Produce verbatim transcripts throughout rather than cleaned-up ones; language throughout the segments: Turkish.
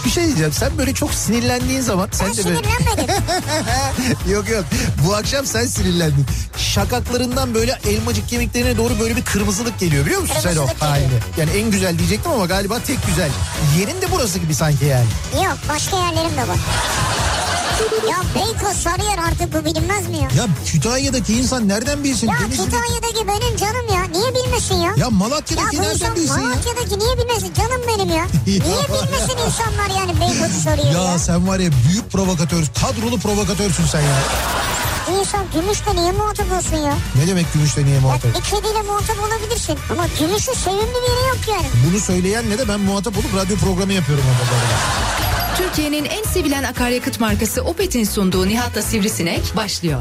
Bir şey diyeceğim, sen böyle çok sinirlendiğin zaman... Ben sen de böyle... sinirlenmedim. Yok yok, bu akşam sen sinirlendin. Şakaklarından böyle elmacık kemiklerine doğru böyle bir kırmızılık geliyor, biliyor musun sen o halini? Yani en güzel diyecektim ama galiba tek güzel. Yerin de burası gibi sanki yani. Yok, başka yerlerim de var. Ya Beykoz, Sarıyer, artık bu bilinmez mi ya? Ya Kütahya'daki insan nereden bilsin? Ya Denizli... Kütahya'daki benim canım ya. Niye bilmesin ya? Ya Malatya'daki ya nereden bilsin ya? Malatya'daki niye bilmesin? Canım benim ya. Niye bilmesin insanlar yani Beykoz'u soruyor ya? Ya sen var ya, büyük provokatör, kadrolu provokatörsün sen ya. İnsan gümüşle niye muhatap olsun ya? Ne demek gümüşle niye muhatap? Ya bir kediyle muhatap olabilirsin. Ama gümüşün sevimli bir yeri yok yani. Bunu söyleyen ne de ben muhatap olup radyo programı yapıyorum orada. Türkiye'nin en sevilen akaryakıt markası Opet'in sunduğu Nihat'la Sivrisinek başlıyor.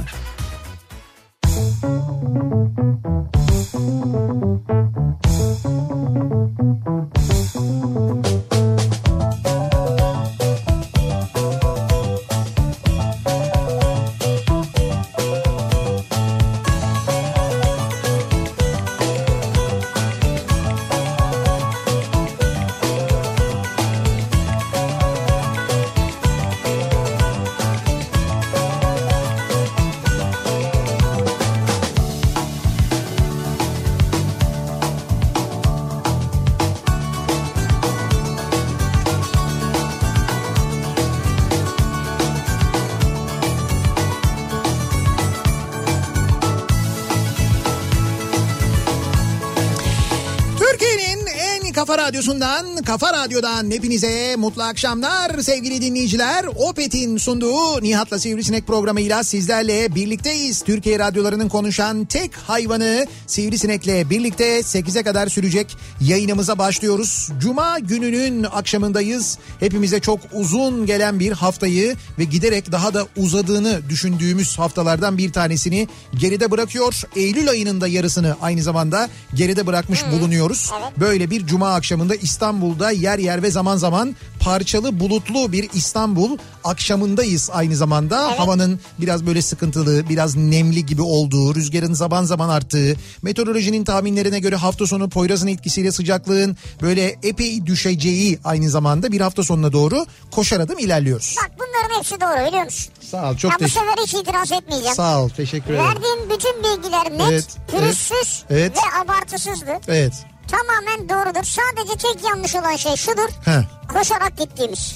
Kafa Radyosu'ndan, Kafa Radyo'dan hepinize mutlu akşamlar sevgili dinleyiciler. Opet'in sunduğu Nihat'la Sivrisinek programıyla sizlerle birlikteyiz. Türkiye radyolarının konuşan tek hayvanı Sivrisinek'le birlikte sekize kadar sürecek yayınımıza başlıyoruz. Cuma gününün akşamındayız. Hepimize çok uzun gelen bir haftayı ve giderek daha da uzadığını düşündüğümüz haftalardan bir tanesini geride bırakıyor. Eylül ayının da yarısını aynı zamanda geride bırakmış hmm. bulunuyoruz. Evet. Böyle bir cuma akşamında İstanbul'da yer yer ve zaman zaman parçalı bulutlu bir İstanbul akşamındayız aynı zamanda. Evet. Havanın biraz böyle sıkıntılı, biraz nemli gibi olduğu, rüzgarın zaman zaman arttığı, meteorolojinin tahminlerine göre hafta sonu Poyraz'ın etkisiyle sıcaklığın böyle epey düşeceği aynı zamanda bir hafta sonuna doğru koşar adım ilerliyoruz. Bak bunların hepsi doğru, biliyor musun? Sağ ol, çok ya teşekkür ederim. Bu sefer hiç itiraz etmeyeceğim. Sağ ol, teşekkür ederim. Verdiğin bütün bilgiler net, evet, pürüzsüz evet, ve abartısızdı. Evet. Tamamen doğrudur. Sadece tek yanlış olan şey şudur. He. Koşarak gittiğimiz.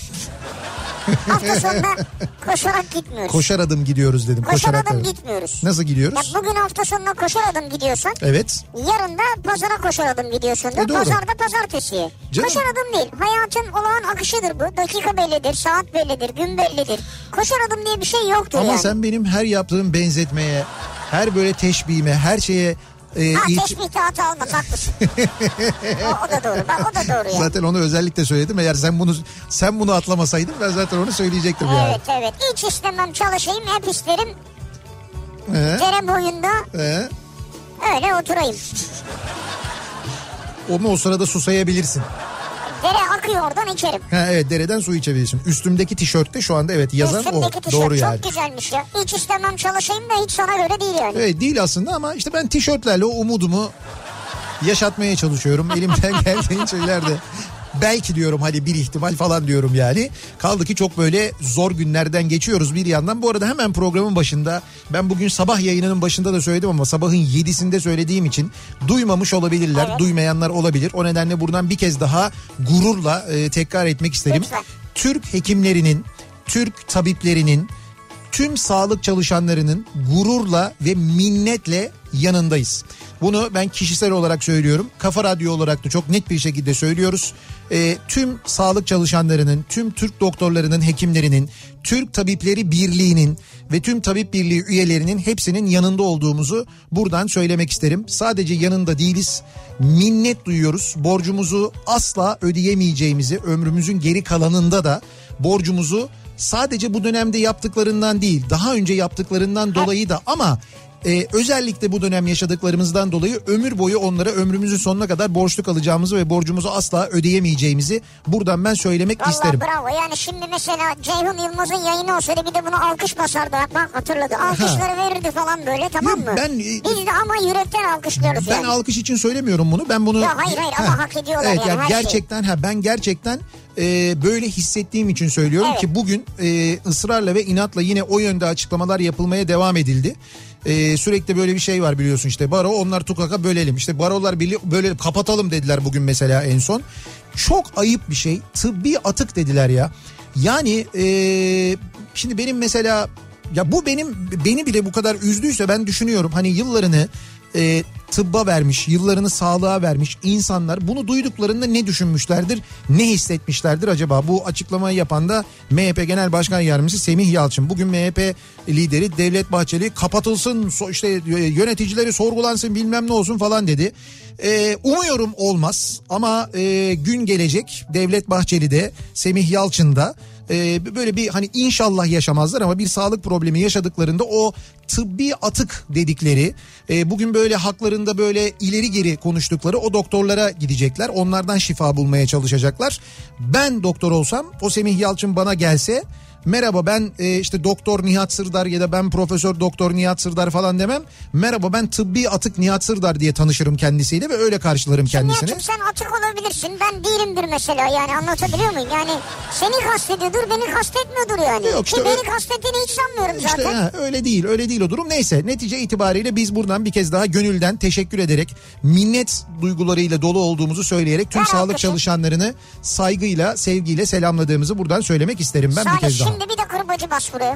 Hafta sonunda koşarak gitmiyoruz. Koşar adım gidiyoruz dedim. Koşar Koşarak adım tabii. gitmiyoruz. Nasıl gidiyoruz? Bak bugün hafta sonuna koşar adım gidiyorsan. Evet. Yarın da pazara koşar adım gidiyorsun da. E pazarda pazartesiye. Canım. Koşar adım değil. Hayatın olağan akışıdır bu. Dakika bellidir, saat bellidir, gün bellidir. Koşar adım diye bir şey yoktur Ama yani. Ama sen benim her yaptığım benzetmeye, her böyle teşbihime, her şeye... E, ha it... teşbihte hata almaz, haklısın. o, o da doğru. Bak o da doğru yani. Zaten onu özellikle söyledim. Eğer sen bunu sen bunu atlamasaydın ben zaten onu söyleyecektim evet, yani. Evet evet. Hiç istemem çalışayım. Hep isterim. Ee? Dere boyunda. Ee? Öyle oturayım. Onu o sırada susayabilirsin. Dere akıyor, oradan içerim. Ha, evet, dereden su içebilirsin. Üstümdeki tişörtte şu anda evet yazan Üstümdeki o. Tişört doğru çok yani. Güzelmiş ya. Hiç istemem çalışayım da hiç sana göre değil yani. Evet, değil aslında ama işte ben tişörtlerle o umudumu yaşatmaya çalışıyorum. Elimden geldiğince ileride. Belki diyorum, hadi bir ihtimal falan diyorum yani. Kaldı ki çok böyle zor günlerden geçiyoruz bir yandan. Bu arada hemen programın başında, ben bugün sabah yayınının başında da söyledim ama sabahın yedisinde söylediğim için duymamış olabilirler. Evet. Duymayanlar olabilir. O nedenle buradan bir kez daha gururla e, tekrar etmek isterim. Lütfen. Türk hekimlerinin, Türk tabiplerinin, tüm sağlık çalışanlarının gururla ve minnetle yanındayız. Bunu ben kişisel olarak söylüyorum. Kafa Radyo olarak da çok net bir şekilde söylüyoruz. E, tüm sağlık çalışanlarının, tüm Türk doktorlarının, hekimlerinin, Türk Tabipleri Birliği'nin ve tüm Tabip Birliği üyelerinin hepsinin yanında olduğumuzu buradan söylemek isterim. Sadece yanında değiliz, minnet duyuyoruz. Borcumuzu asla ödeyemeyeceğimizi, ömrümüzün geri kalanında da borcumuzu sadece bu dönemde yaptıklarından değil, daha önce yaptıklarından dolayı da ama... Ee, özellikle bu dönem yaşadıklarımızdan dolayı ömür boyu onlara ömrümüzün sonuna kadar borçlu kalacağımızı ve borcumuzu asla ödeyemeyeceğimizi buradan ben söylemek Vallahi isterim. Bravo, yani şimdi mesela Ceyhun Yılmaz'ın yayını olsaydı bir de bunu alkış basardı, bak hatırladı, alkışları ha. verirdi falan böyle, tamam mı? Ben, Biz de ama yürekten alkışlıyoruz ben yani. Ben alkış için söylemiyorum bunu, ben bunu... Ya hayır hayır ha, ama hak ediyorlar evet, yani, yani her gerçekten, şey. ha, ben gerçekten e, böyle hissettiğim için söylüyorum evet. ki bugün e, ısrarla ve inatla yine o yönde açıklamalar yapılmaya devam edildi. Ee, sürekli böyle bir şey var biliyorsun, işte baro onlar tukaka bölelim, işte barolar birliği böyle kapatalım dediler bugün mesela en son. Çok ayıp bir şey, tıbbi atık dediler ya. Yani ee, şimdi benim mesela ya bu benim beni bile bu kadar üzdüyse ben düşünüyorum hani yıllarını e, tıbba vermiş, yıllarını sağlığa vermiş insanlar bunu duyduklarında ne düşünmüşlerdir, ne hissetmişlerdir acaba? Bu açıklamayı yapan da M H P Genel Başkan Yardımcısı Semih Yalçın. Bugün M H P lideri Devlet Bahçeli kapatılsın, işte yöneticileri sorgulansın, bilmem ne olsun falan dedi. Ee, umuyorum olmaz ama e, gün gelecek, Devlet Bahçeli de Semih Yalçın da e, böyle bir hani inşallah yaşamazlar ama bir sağlık problemi yaşadıklarında o tıbbi atık dedikleri e, bugün böyle haklarında böyle ileri geri konuştukları o doktorlara gidecekler. Onlardan şifa bulmaya çalışacaklar. Ben doktor olsam, o Semih Yalçın bana gelse, merhaba ben e, işte Doktor Nihat Sırdar ya da ben Profesör Doktor Nihat Sırdar falan demem. Merhaba ben tıbbi atık Nihat Sırdar diye tanışırım kendisiyle ve öyle karşılarım kendisini. Nihat'cığım sen atık olabilirsin, ben değilimdir mesela, yani anlatabiliyor muyum? Yani seni kastediyordur, beni kastetmiyordur yani. Yok, işte Ki öyle, beni kastettiğini hiç sanmıyorum işte zaten. Ha, öyle değil öyle değil o durum. Neyse, netice itibariyle biz buradan bir kez daha gönülden teşekkür ederek, minnet duygularıyla dolu olduğumuzu söyleyerek tüm ben sağlık haklısın. çalışanlarını saygıyla, sevgiyle selamladığımızı buradan söylemek isterim ben Sadece bir kez daha. Şimdi bir de kırbacı bas buraya.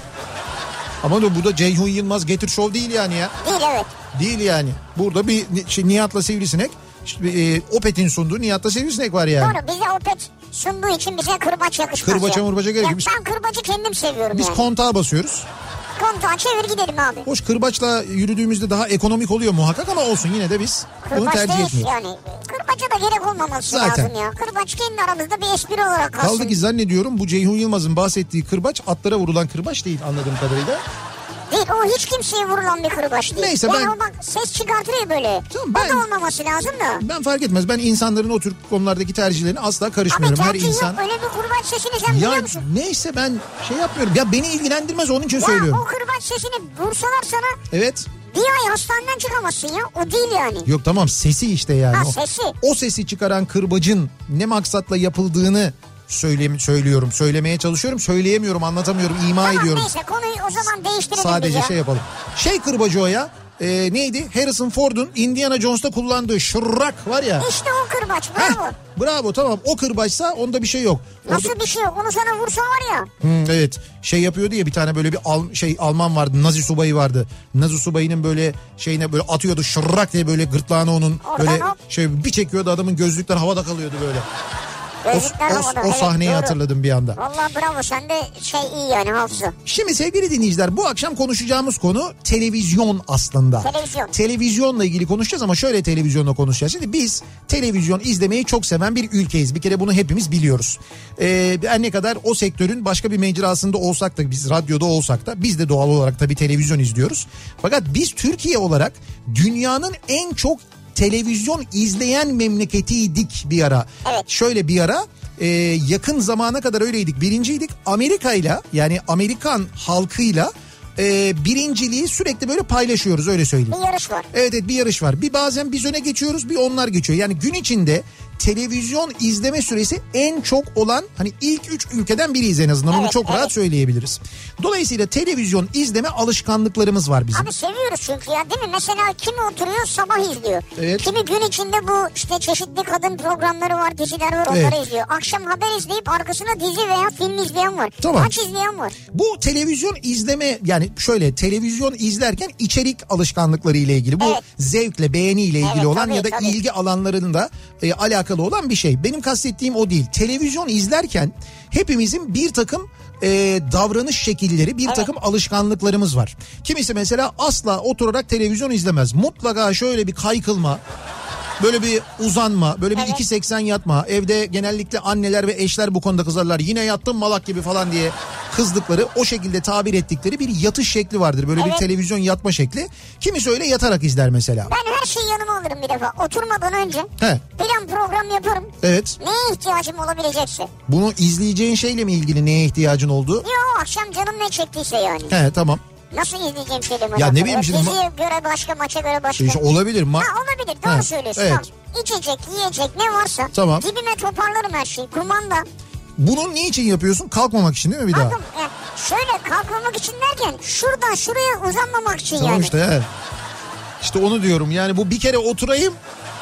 Ama da burada Ceyhun Yılmaz Getir Show değil yani ya. Değil, evet. Değil yani. Burada bir şey, Nihat'la Sivrisinek, işte, e, Opet'in sunduğu Nihat'la Sivrisinek var yani. Doğru, bize Opet sunduğu için bize kırbaç yakışmaz. Kırbaça mırbaça gerek. Biz, ben kırbacı kendim seviyorum biz yani. Biz kontağa basıyoruz. Kontağı çevir gidelim abi. Hoş, kırbaçla yürüdüğümüzde daha ekonomik oluyor muhakkak ama olsun, yine de biz kırbaç bunu tercih etmiyoruz. Yani kırbaca da gerek olmaması Zaten. lazım ya. Kırbaç kendi aramızda bir espri olarak kalsın. Kaldı ki zannediyorum bu Ceyhun Yılmaz'ın bahsettiği kırbaç atlara vurulan kırbaç değil anladığım kadarıyla. Değil, o hiç kimseye vurulan bir kırbaç değil. Neyse yani ben... o bak ses çıkartıyor böyle. Tamam, ben... O da olmaması lazım da. Ben fark etmez. Ben insanların o tür konulardaki tercihlerine asla karışmıyorum. Abi her insan. Yok, öyle bir kırbaç sesini sen ya, biliyor musun? Neyse ben şey yapmıyorum. Ya beni ilgilendirmez, onun için ya, söylüyorum. Ya o kırbaç sesini vursalar sana. Evet. Bir ay hastaneden çıkamazsın ya. O değil yani. Yok tamam, sesi işte yani. Ha, o, sesi. O sesi çıkaran kırbacın ne maksatla yapıldığını söyle, söylüyorum. Söylemeye çalışıyorum. Söyleyemiyorum, anlatamıyorum, ima tamam, ediyorum. Neyse konuyu o zaman değiştirelim. Sadece şey yapalım. Şey kırbacı o ya. Ee, neydi? Harrison Ford'un Indiana Jones'ta kullandığı şırrak var ya. İşte o kırbaç, bravo. Heh, bravo, tamam, o kırbaçsa onda bir şey yok. Nasıl Orada... bir şey yok? Onu sana vursa var ya. Hmm, evet, şey yapıyordu ya, bir tane böyle bir al, şey Alman vardı, Nazi subayı vardı. Nazi subayının böyle şeyine böyle atıyordu şırrak diye, böyle gırtlağına onun. Oradan böyle hop. Şey bir çekiyordu, adamın gözlükler havada kalıyordu böyle. O, o, o sahneyi evet, hatırladım bir anda. Vallahi bravo, sen de şey iyi yani, hafıza. Şimdi sevgili dinleyiciler, bu akşam konuşacağımız konu televizyon aslında. Televizyon. Televizyonla ilgili konuşacağız ama şöyle televizyonla konuşacağız. Şimdi biz televizyon izlemeyi çok seven bir ülkeyiz. Bir kere bunu hepimiz biliyoruz. Ee, her ne kadar o sektörün başka bir mecrasında olsak da, biz radyoda olsak da biz de doğal olarak tabii televizyon izliyoruz. Fakat biz Türkiye olarak dünyanın en çok televizyon izleyen memleketiydik bir ara. Evet. Şöyle bir ara e, yakın zamana kadar öyleydik. Birinciydik. Amerika'yla, yani Amerikan halkıyla e, birinciliği sürekli böyle paylaşıyoruz, öyle söyleyeyim. Bir yarış var. Evet, evet bir yarış var. Bir bazen biz öne geçiyoruz, bir onlar geçiyor. Yani gün içinde televizyon izleme süresi en çok olan hani ilk üç ülkeden biriyiz en azından. Evet, onu çok evet. rahat söyleyebiliriz. Dolayısıyla televizyon izleme alışkanlıklarımız var bizim. Abi seviyoruz çünkü ya, değil mi? Mesela kimi oturuyor sabah izliyor. Evet. Kimi gün içinde bu işte çeşitli kadın programları var, diziler var, onları evet. izliyor. Akşam haber izleyip arkasına dizi veya film izleyen var. Tamam. Maç izleyen var. Bu televizyon izleme, yani şöyle televizyon izlerken içerik alışkanlıkları ile ilgili. Bu evet. zevkle, beğeniyle ilgili evet, olan tabii, ya da tabii. ilgi alanlarında e, alakalı olan bir şey. Benim kastettiğim o değil. Televizyon izlerken hepimizin bir takım e, davranış şekilleri, bir evet. takım alışkanlıklarımız var. Kimisi mesela asla oturarak televizyon izlemez. Mutlaka şöyle bir kaykılma, böyle bir uzanma, böyle bir evet. iki seksen yatma. Evde genellikle anneler ve eşler bu konuda kızarlar. Yine yattın malak gibi falan diye kızdıkları, o şekilde tabir ettikleri bir yatış şekli vardır. Böyle evet. bir televizyon yatma şekli. Kimisi öyle yatarak izler mesela. Ben her şeyi yanıma alırım bir defa. Oturmadan önce He. plan program yaparım. Evet. Neye ihtiyacım olabilecekse. Bunu izleyeceğin şeyle mi ilgili neye ihtiyacın oldu? Yok, akşam canım ne çektiyse yani. He, tamam. Nasıl izleyeceğim şeyle mi? Ya ne bileyim şimdi. Diziye göre başka, maça göre başka. İşte olabilir. Ma- ha olabilir, doğru He. söylüyorsun. Evet. Tamam. içecek, yiyecek ne varsa tamam. dibime toparlarım her şeyi. Kumanda. Bunu niçin yapıyorsun? Kalkmamak için değil mi bir daha? Kalkım, yani şöyle kalkmamak için derken şuradan şuraya uzanmamak için tamam yani. işte evet. İşte onu diyorum yani bu bir kere oturayım.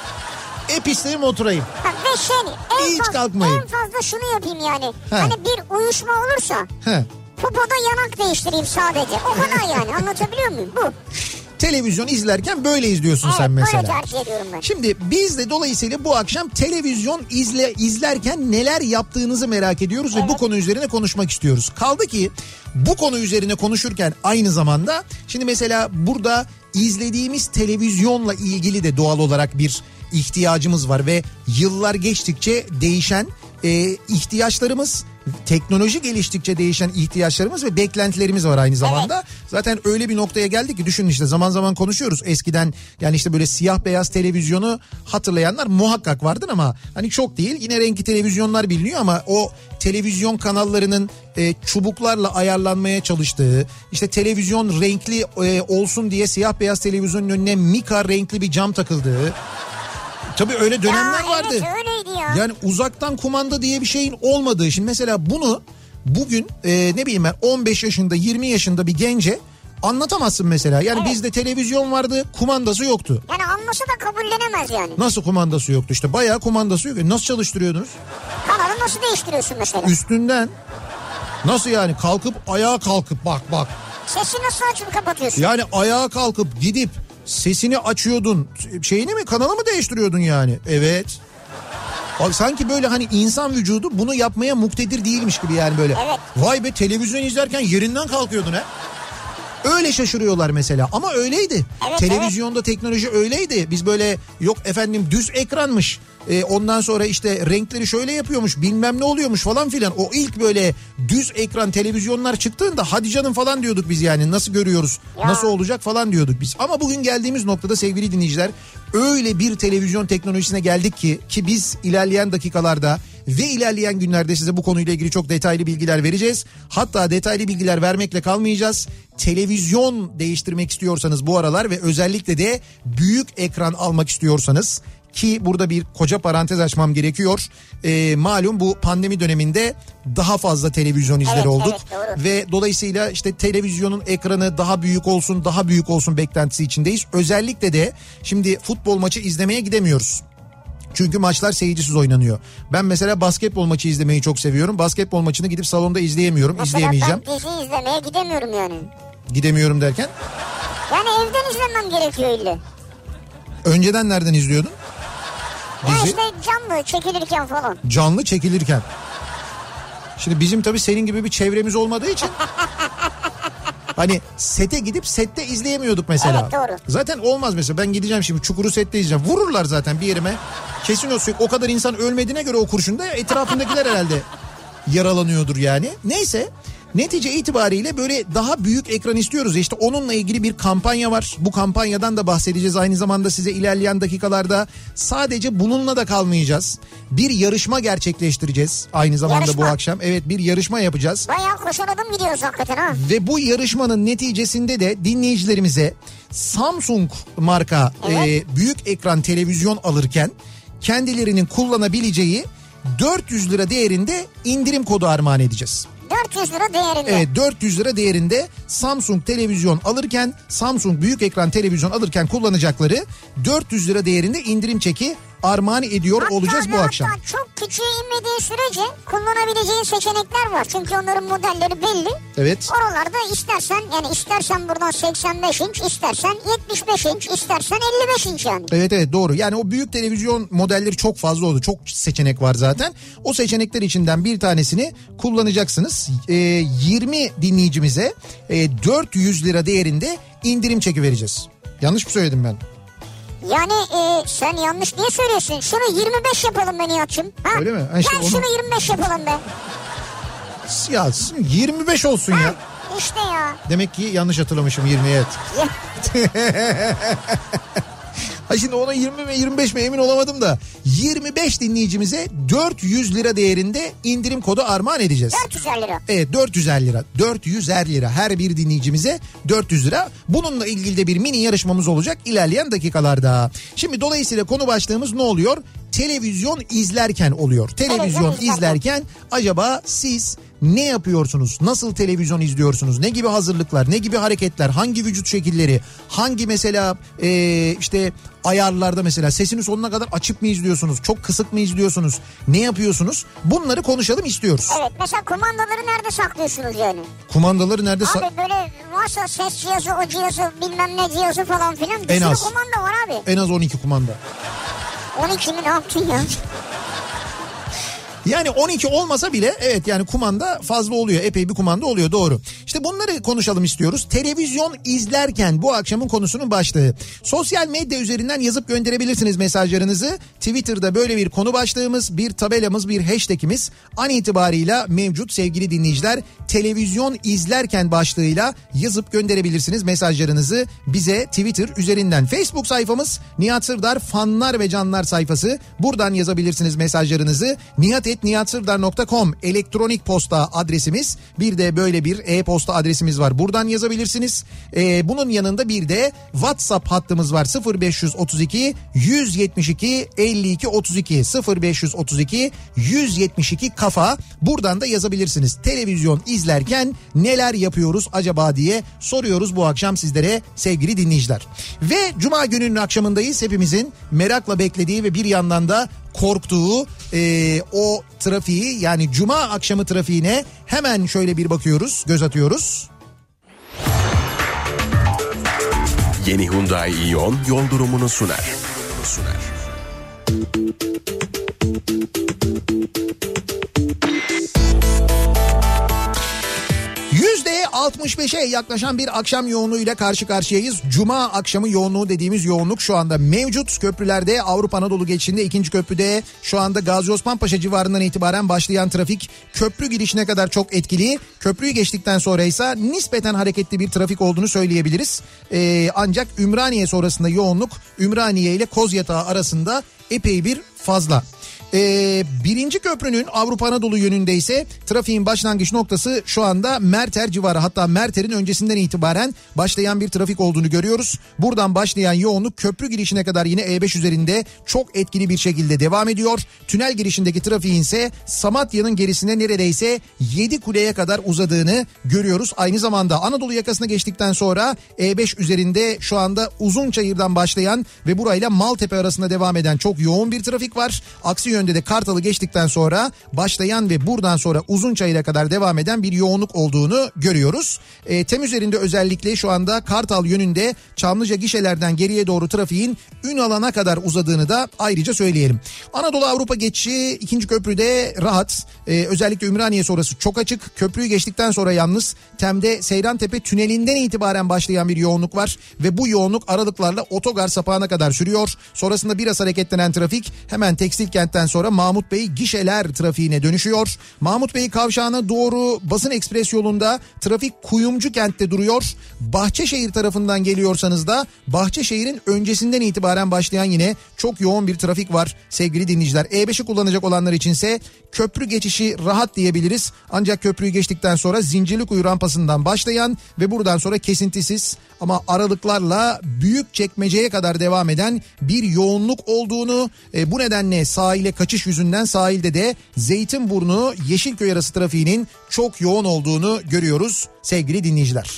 Hep isterim oturayım. Ha, ve şey en, Hiç fazla, kalkmayayım. en fazla şunu yapayım yani. He. Hani bir uyuşma olursa He. popoda yanak değiştireyim sadece. O kadar yani, anlatabiliyor muyum? Bu. Televizyon izlerken böyle izliyorsun Evet, sen mesela. böyle tercih ediyorum ben. Şimdi biz de dolayısıyla bu akşam televizyon izle izlerken neler yaptığınızı merak ediyoruz evet. ve bu konu üzerine konuşmak istiyoruz. Kaldı ki bu konu üzerine konuşurken aynı zamanda şimdi mesela burada izlediğimiz televizyonla ilgili de doğal olarak bir ihtiyacımız var ve yıllar geçtikçe değişen e, ihtiyaçlarımız, teknoloji geliştikçe değişen ihtiyaçlarımız ve beklentilerimiz var aynı zamanda. Evet. Zaten öyle bir noktaya geldik ki düşünün işte zaman zaman konuşuyoruz. Eskiden yani işte böyle siyah beyaz televizyonu hatırlayanlar muhakkak vardır ama hani çok değil. Yine renkli televizyonlar biliniyor ama o televizyon kanallarının e, çubuklarla ayarlanmaya çalıştığı, işte televizyon renkli e, olsun diye siyah beyaz televizyonun önüne mika renkli bir cam takıldığı. Tabii öyle dönemler ya, vardı. Evet öyleydi ya. Yani uzaktan kumanda diye bir şeyin olmadığı. Şimdi mesela bunu bugün e, ne bileyim ben on beş yaşında yirmi yaşında bir gence anlatamazsın mesela. Yani evet. Bizde televizyon vardı, kumandası yoktu. Yani anlasa da kabullenemez yani. Nasıl kumandası yoktu işte, bayağı kumandası yok. Nasıl çalıştırıyordunuz? Kanalı nasıl değiştiriyorsun mesela? Üstünden. Nasıl yani, kalkıp ayağa kalkıp bak bak. Sesi nasıl açıp kapatıyorsun? Yani ayağa kalkıp gidip sesini açıyordun, şeyini mi, kanalı mı değiştiriyordun yani? Evet. Sanki böyle hani insan vücudu bunu yapmaya muktedir değilmiş gibi yani böyle. Evet. Vay be, televizyon izlerken yerinden kalkıyordun ha. Öyle şaşırıyorlar mesela ama öyleydi. Evet, televizyonda evet. Teknoloji öyleydi. Biz böyle yok efendim düz ekranmış. Ee, ondan sonra işte renkleri şöyle yapıyormuş, bilmem ne oluyormuş falan filan. O ilk böyle düz ekran televizyonlar çıktığında hadi canım falan diyorduk biz yani, nasıl görüyoruz, ya. Nasıl olacak falan diyorduk biz. Ama bugün geldiğimiz noktada sevgili dinleyiciler öyle bir televizyon teknolojisine geldik ki ki biz ilerleyen dakikalarda ve ilerleyen günlerde size bu konuyla ilgili çok detaylı bilgiler vereceğiz. Hatta detaylı bilgiler vermekle kalmayacağız. Televizyon değiştirmek istiyorsanız bu aralar ve özellikle de büyük ekran almak istiyorsanız, ki burada bir koca parantez açmam gerekiyor. Ee, malum bu pandemi döneminde daha fazla televizyon izleri evet, olduk. Evet, ve dolayısıyla işte televizyonun ekranı daha büyük olsun, daha büyük olsun beklentisi içindeyiz. Özellikle de şimdi futbol maçı izlemeye gidemiyoruz. Çünkü maçlar seyircisiz oynanıyor. Ben mesela basketbol maçı izlemeyi çok seviyorum. Basketbol maçını gidip salonda izleyemiyorum, mesela izleyemeyeceğim. Ben dizi izlemeye gidemiyorum yani. Gidemiyorum derken? Yani evden izlemem gerekiyor illa. Önceden nereden izliyordun? Ya dizi? işte canlı çekilirken falan. Canlı çekilirken. Şimdi bizim tabii senin gibi bir çevremiz olmadığı için hani sete gidip sette izleyemiyorduk mesela. Evet, doğru. Zaten olmaz mesela, ben gideceğim şimdi Çukur'u sette izleyeceğim. Vururlar zaten bir yerime. Kesin o, o kadar insan ölmediğine göre o kurşunda etrafındakiler herhalde yaralanıyordur yani. Neyse, netice itibariyle böyle daha büyük ekran istiyoruz. İşte onunla ilgili bir kampanya var. Bu kampanyadan da bahsedeceğiz aynı zamanda size ilerleyen dakikalarda. Sadece bununla da kalmayacağız. Bir yarışma gerçekleştireceğiz aynı zamanda yarışma. Bu akşam. Evet, bir yarışma yapacağız. Bayağı koşar adım gidiyoruz hakikaten ha. Ve bu yarışmanın neticesinde de dinleyicilerimize Samsung marka evet. e, büyük ekran televizyon alırken kendilerinin kullanabileceği dört yüz lira değerinde indirim kodu armağan edeceğiz. dört yüz lira değerinde. Evet, dört yüz lira değerinde Samsung televizyon alırken, Samsung büyük ekran televizyon alırken kullanacakları dört yüz lira değerinde indirim çeki armağan ediyor hatta olacağız bu akşam. Hatta çok küçüğe inmediği sürece kullanabileceğin seçenekler var. Çünkü onların modelleri belli. Evet. Oralarda istersen yani istersen buradan seksen beş inç, istersen yetmiş beş inç, istersen elli beş inç yani. Evet evet doğru. Yani o büyük televizyon modelleri çok fazla oldu. Çok seçenek var zaten. O seçenekler içinden bir tanesini kullanacaksınız. Ee, yirmi dinleyicimize e, dört yüz lira değerinde indirim çeki vereceğiz. Yanlış mı söyledim ben? Yani e, sen yanlış niye söylüyorsun? Şunu yirmi beş yapalım be Nihat'cığım. Ha? Öyle mi? Ha işte Gel onu... şunu yirmi beş yapalım be. Ya yirmi beş olsun ha, ya. İşte ya. Demek ki yanlış hatırlamışım yirmiye. Ha şimdi ona yirmi mi yirmi beş mi emin olamadım da yirmi beş dinleyicimize dört yüz lira değerinde indirim kodu armağan edeceğiz. dört yüzer lira. Evet dört yüzer lira. dört yüzer lira her bir dinleyicimize dört yüz lira. Bununla ilgili de bir mini yarışmamız olacak ilerleyen dakikalarda. Şimdi dolayısıyla konu başlığımız ne oluyor? Televizyon izlerken oluyor. Televizyon evet, izlerken acaba siz ne yapıyorsunuz? Nasıl televizyon izliyorsunuz? Ne gibi hazırlıklar, ne gibi hareketler, hangi vücut şekilleri, hangi mesela ee, işte ayarlarda mesela sesini sonuna kadar açık mı izliyorsunuz? Çok kısık mı izliyorsunuz? Ne yapıyorsunuz? Bunları konuşalım istiyoruz. Evet mesela kumandaları nerede saklıyorsunuz yani? Kumandaları nerede Abi saklıyorsunuz? Abi böyle varsa ses cihazı, o cihazı, bilmem ne cihazı falan filan. Bir en sürü az. kumanda var abi. En az on iki kumanda. on iki mi ne yaptın ya? Yani on iki olmasa bile evet yani kumanda fazla oluyor. Epey bir kumanda oluyor, doğru. İşte bunları konuşalım istiyoruz. Televizyon izlerken bu akşamın konusunun başlığı. Sosyal medya üzerinden yazıp gönderebilirsiniz mesajlarınızı. Twitter'da böyle bir konu başlığımız, bir tabelamız, bir hashtagimiz an itibarıyla mevcut sevgili dinleyiciler. Televizyon izlerken başlığıyla yazıp gönderebilirsiniz mesajlarınızı bize Twitter üzerinden. Facebook sayfamız Nihat Sırdar fanlar ve canlar sayfası. Buradan yazabilirsiniz mesajlarınızı. nihat et nihat sırdar nokta com elektronik posta adresimiz. Bir de böyle bir e-posta adresimiz var. Buradan yazabilirsiniz. Ee, bunun yanında bir de WhatsApp hattımız var. sıfır beş otuz iki yüz yetmiş iki elli iki otuz iki sıfır beş otuz iki yüz yetmiş iki kafa. Buradan da yazabilirsiniz. Televizyon izlerken neler yapıyoruz acaba diye soruyoruz bu akşam sizlere sevgili dinleyiciler. Ve Cuma gününün akşamındayız. Hepimizin merakla beklediği ve bir yandan da korktuğu e, o trafiği, yani Cuma akşamı trafiğine hemen şöyle bir bakıyoruz, göz atıyoruz. Yeni Hyundai Ion yol durumunu sunar. sunar. yüzde altmış beşe yaklaşan bir akşam yoğunluğuyla karşı karşıyayız. Cuma akşamı yoğunluğu dediğimiz yoğunluk şu anda mevcut. Köprülerde Avrupa Anadolu geçişinde ikinci köprüde şu anda Gazi Osman Paşa civarından itibaren başlayan trafik köprü girişine kadar çok etkili. Köprüyü geçtikten sonra ise nispeten hareketli bir trafik olduğunu söyleyebiliriz. Ee, ancak Ümraniye sonrasında yoğunluk Ümraniye ile Kozyatağı arasında epey bir fazla. Ee, birinci köprünün Avrupa Anadolu yönünde ise trafiğin başlangıç noktası şu anda Merter civarı, hatta Merter'in öncesinden itibaren başlayan bir trafik olduğunu görüyoruz. Buradan başlayan yoğunluk köprü girişine kadar yine E beş üzerinde çok etkili bir şekilde devam ediyor. Tünel girişindeki trafiğin ise Samatya'nın gerisine neredeyse Yedikule'ye kadar uzadığını görüyoruz. Aynı zamanda Anadolu yakasına geçtikten sonra E beş üzerinde şu anda Uzunçayır'dan başlayan ve burayla Maltepe arasında devam eden çok yoğun bir trafik var. Aksi yönde de Kartal'ı geçtikten sonra başlayan ve buradan sonra Uzunçayır'a kadar devam eden bir yoğunluk olduğunu görüyoruz. E, Tem üzerinde özellikle şu anda Kartal yönünde Çamlıca gişelerden geriye doğru trafiğin Ünalan'a kadar uzadığını da ayrıca söyleyelim. Anadolu Avrupa geçişi ikinci köprüde rahat. E, özellikle Ümraniye sonrası çok açık. Köprüyü geçtikten sonra yalnız Tem'de Seyrantepe tünelinden itibaren başlayan bir yoğunluk var ve bu yoğunluk aralıklarla otogar sapağına kadar sürüyor. Sonrasında biraz hareketlenen trafik hemen Tekstil Kent'ten sonra Mahmut Bey gişeler trafiğine dönüşüyor. Mahmut Bey kavşağına doğru Basın Ekspres yolunda trafik Kuyumcu Kent'te duruyor. Bahçeşehir tarafından geliyorsanız da Bahçeşehir'in öncesinden itibaren başlayan yine çok yoğun bir trafik var sevgili dinleyiciler. E beşi kullanacak olanlar içinse köprü geçişi rahat diyebiliriz. Ancak köprüyü geçtikten sonra Zincirlikuyu rampasından başlayan ve buradan sonra kesintisiz ama aralıklarla Büyükçekmece'ye kadar devam eden bir yoğunluk olduğunu, e, bu nedenle sahile kaçış yüzünden sahilde de Zeytinburnu Yeşilköy arası trafiğinin çok yoğun olduğunu görüyoruz sevgili dinleyiciler.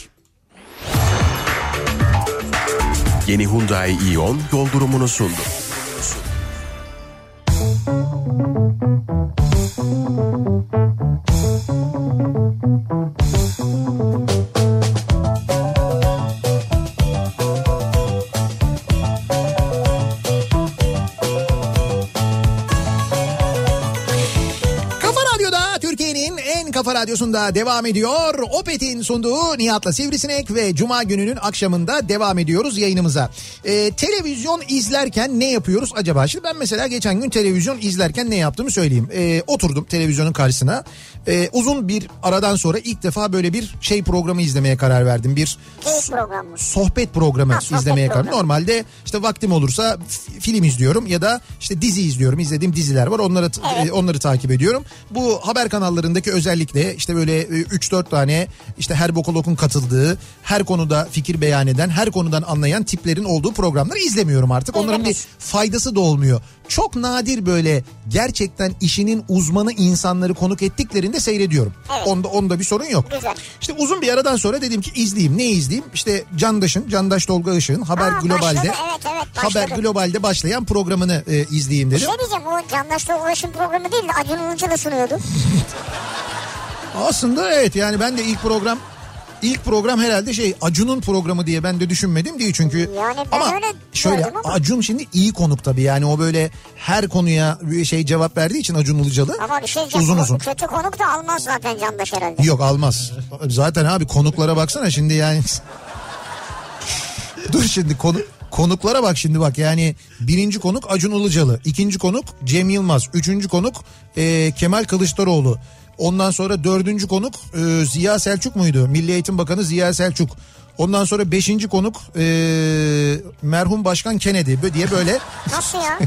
Yeni Hyundai Ion yol durumunu sundu. Kafa Radyosu'nda devam ediyor. Opet'in sunduğu Nihat'la Sivrisinek ve Cuma gününün akşamında devam ediyoruz yayınımıza. Ee, televizyon izlerken ne yapıyoruz acaba? Şimdi ben mesela geçen gün televizyon izlerken ne yaptığımı söyleyeyim. Ee, oturdum televizyonun karşısına. Ee, uzun bir aradan sonra ilk defa böyle bir şey programı izlemeye karar verdim. Bir programı. sohbet programı ha, sohbet izlemeye karar verdim. Normalde işte vaktim olursa f- film izliyorum ya da işte dizi izliyorum. İzlediğim diziler var. Onları evet. onları takip ediyorum. Bu haber kanallarındaki özellikle işte böyle üç dört tane işte her bokologun katıldığı, her konuda fikir beyan eden, her konudan anlayan tiplerin olduğu programları izlemiyorum artık. Onların bir faydası da olmuyor. Çok nadir böyle gerçekten işinin uzmanı insanları konuk ettiklerinde seyrediyorum. Evet. Onda onda bir sorun yok. Güzel. İşte uzun bir aradan sonra dedim ki izleyeyim. Ne izleyeyim? İşte Candaş'ın, Candaş Tolga Işık'ın Haber Aa, Global'de başladı. Evet, evet, Haber Global'de başlayan programını e, izleyeyim dedim. Bir şey diyeceğim, o Candaş Tolga Işık'ın programı değil de Acun Ilıcalı sunuyordu. Aslında evet, yani ben de ilk program İlk program herhalde şey Acun'un programı diye ben de düşünmedim değil çünkü. Yani ben ama öyle şöyle ama. Acun şimdi iyi konuk tabii, yani o böyle her konuya bir şey cevap verdiği için Acun Ilıcalı. Ama bir şey uzun uzun. Kötü konuk da almaz zaten Candaş herhalde. Yok, almaz. Zaten abi konuklara baksana şimdi yani. Dur şimdi konu konuklara bak şimdi bak yani birinci konuk Acun Ilıcalı, ikinci konuk Cem Yılmaz, üçüncü konuk e, Kemal Kılıçdaroğlu. Ondan sonra dördüncü konuk e, Ziya Selçuk muydu? Milli Eğitim Bakanı Ziya Selçuk. Ondan sonra beşinci konuk e, merhum Başkan Kennedy diye böyle. Nasıl ya?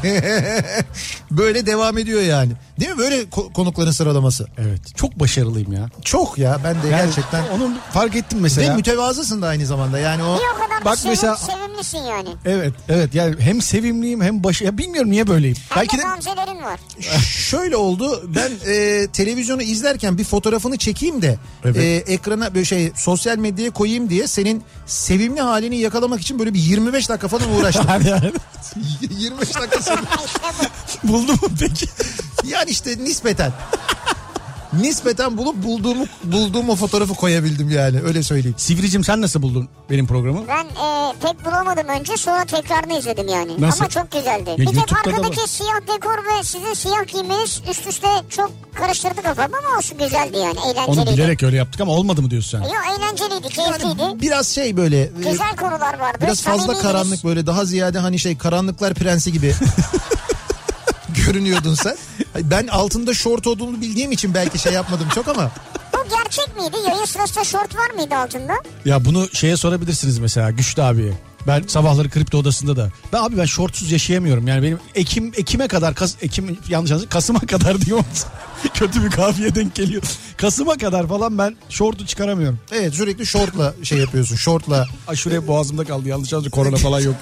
Böyle devam ediyor yani. Değil mi böyle konukların sıralaması? Evet. Çok başarılıyım ya. Çok ya, ben de yani gerçekten. Onu fark ettim mesela. Ve mütevazısın da aynı zamanda yani o. Bir o kadar bak sevim, mesela, sevimlisin yani. Evet evet, yani hem sevimliyim hem başı, ya bilmiyorum niye böyleyim. Hem belki de de gamzelerin var. Şöyle oldu, ben e, televizyonu izlerken bir fotoğrafını çekeyim de evet. e, ekrana böyle şey sosyal medyaya koyayım diye senin sevimli halini yakalamak için böyle bir yirmi beş dakika falan uğraştım. yirmi beş dakika sonra. Buldun mu peki? Yani işte nispeten. Nispeten bulup bulduğumu bulduğum o fotoğrafı koyabildim yani, öyle söyleyeyim. Sivricim, sen nasıl buldun benim programı? Ben e, pek bulamadım önce, sonra tekrarını izledim yani. Nasıl? Ama çok güzeldi. Ya, bir tek YouTube'da arkadaki siyah dekor ve sizin siyah giymeniz üst üste çok karıştırdı kafamı ama olsun, güzeldi yani, eğlenceliydi. Onu bilerek öyle yaptık ama olmadı mı diyorsun sen? Yok, eğlenceliydi, keyifliydi. Yani biraz şey böyle. Güzel konular vardı. Biraz fazla karanlık, böyle daha ziyade hani şey Karanlıklar Prensi gibi. Görünüyordun sen. Ben altında şort olduğunu bildiğim için belki şey yapmadım çok ama. Bu gerçek miydi? Yayın sırasında şort var mıydı altında? Ya bunu şeye sorabilirsiniz mesela, Güçlü abiye. Ben sabahları kripto odasında da. Ben abi ben şortsuz yaşayamıyorum. Yani benim Ekim Ekim'e kadar Kas, Ekim yanlış anladım, Kasım'a kadar diyorum. Kötü bir kafiye denk geliyor. Kasım'a kadar falan ben şortu çıkaramıyorum. Evet, sürekli şortla şey yapıyorsun. Şortla. Aşure boğazımda kaldı. Yanlış anladım, korona falan yok.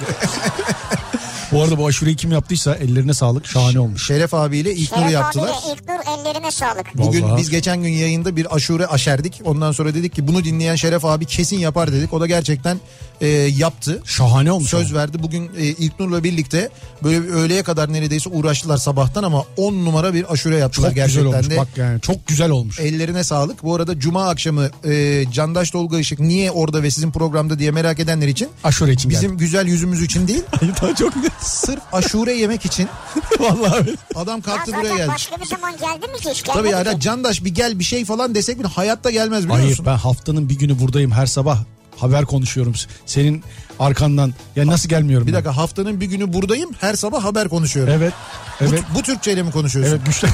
Bu arada bu aşureyi kim yaptıysa ellerine sağlık, şahane olmuş. Şeref abiyle İlknur yaptılar. Şeref abiyle İlknur, ellerine sağlık. Bugün vallahi. Biz geçen gün yayında bir aşure aşerdik. Ondan sonra dedik ki bunu dinleyen Şeref abi kesin yapar dedik. O da gerçekten e, yaptı. Şahane olmuş. Söz verdi. Bugün e, İlknur'la birlikte böyle bir öğleye kadar neredeyse uğraştılar sabahtan ama on numara bir aşure yaptılar. Çok gerçekten güzel olmuş de. bak yani, çok güzel olmuş. Ellerine sağlık. Bu arada Cuma akşamı e, Candaş Tolga Işık niye orada ve sizin programda diye merak edenler için. Aşure için bizim geldi. güzel yüzümüz için değil. Daha çok sırf aşure yemek için. Vallahi ya adam kalktı buraya geldi. Başka bir zaman geldi mi ki hiç? Tabii yani ki. Candaş bir gel bir şey falan desek bile hayatta gelmez, biliyor Hayır, musun? ben haftanın bir günü buradayım, her sabah haber konuşuyorum. Senin arkandan ya, nasıl gelmiyorum? Bir ben? dakika, haftanın bir günü buradayım, her sabah haber konuşuyorum. Evet. Evet. Bu, bu Türkçeyle mi konuşuyorsun? Evet, güçlü.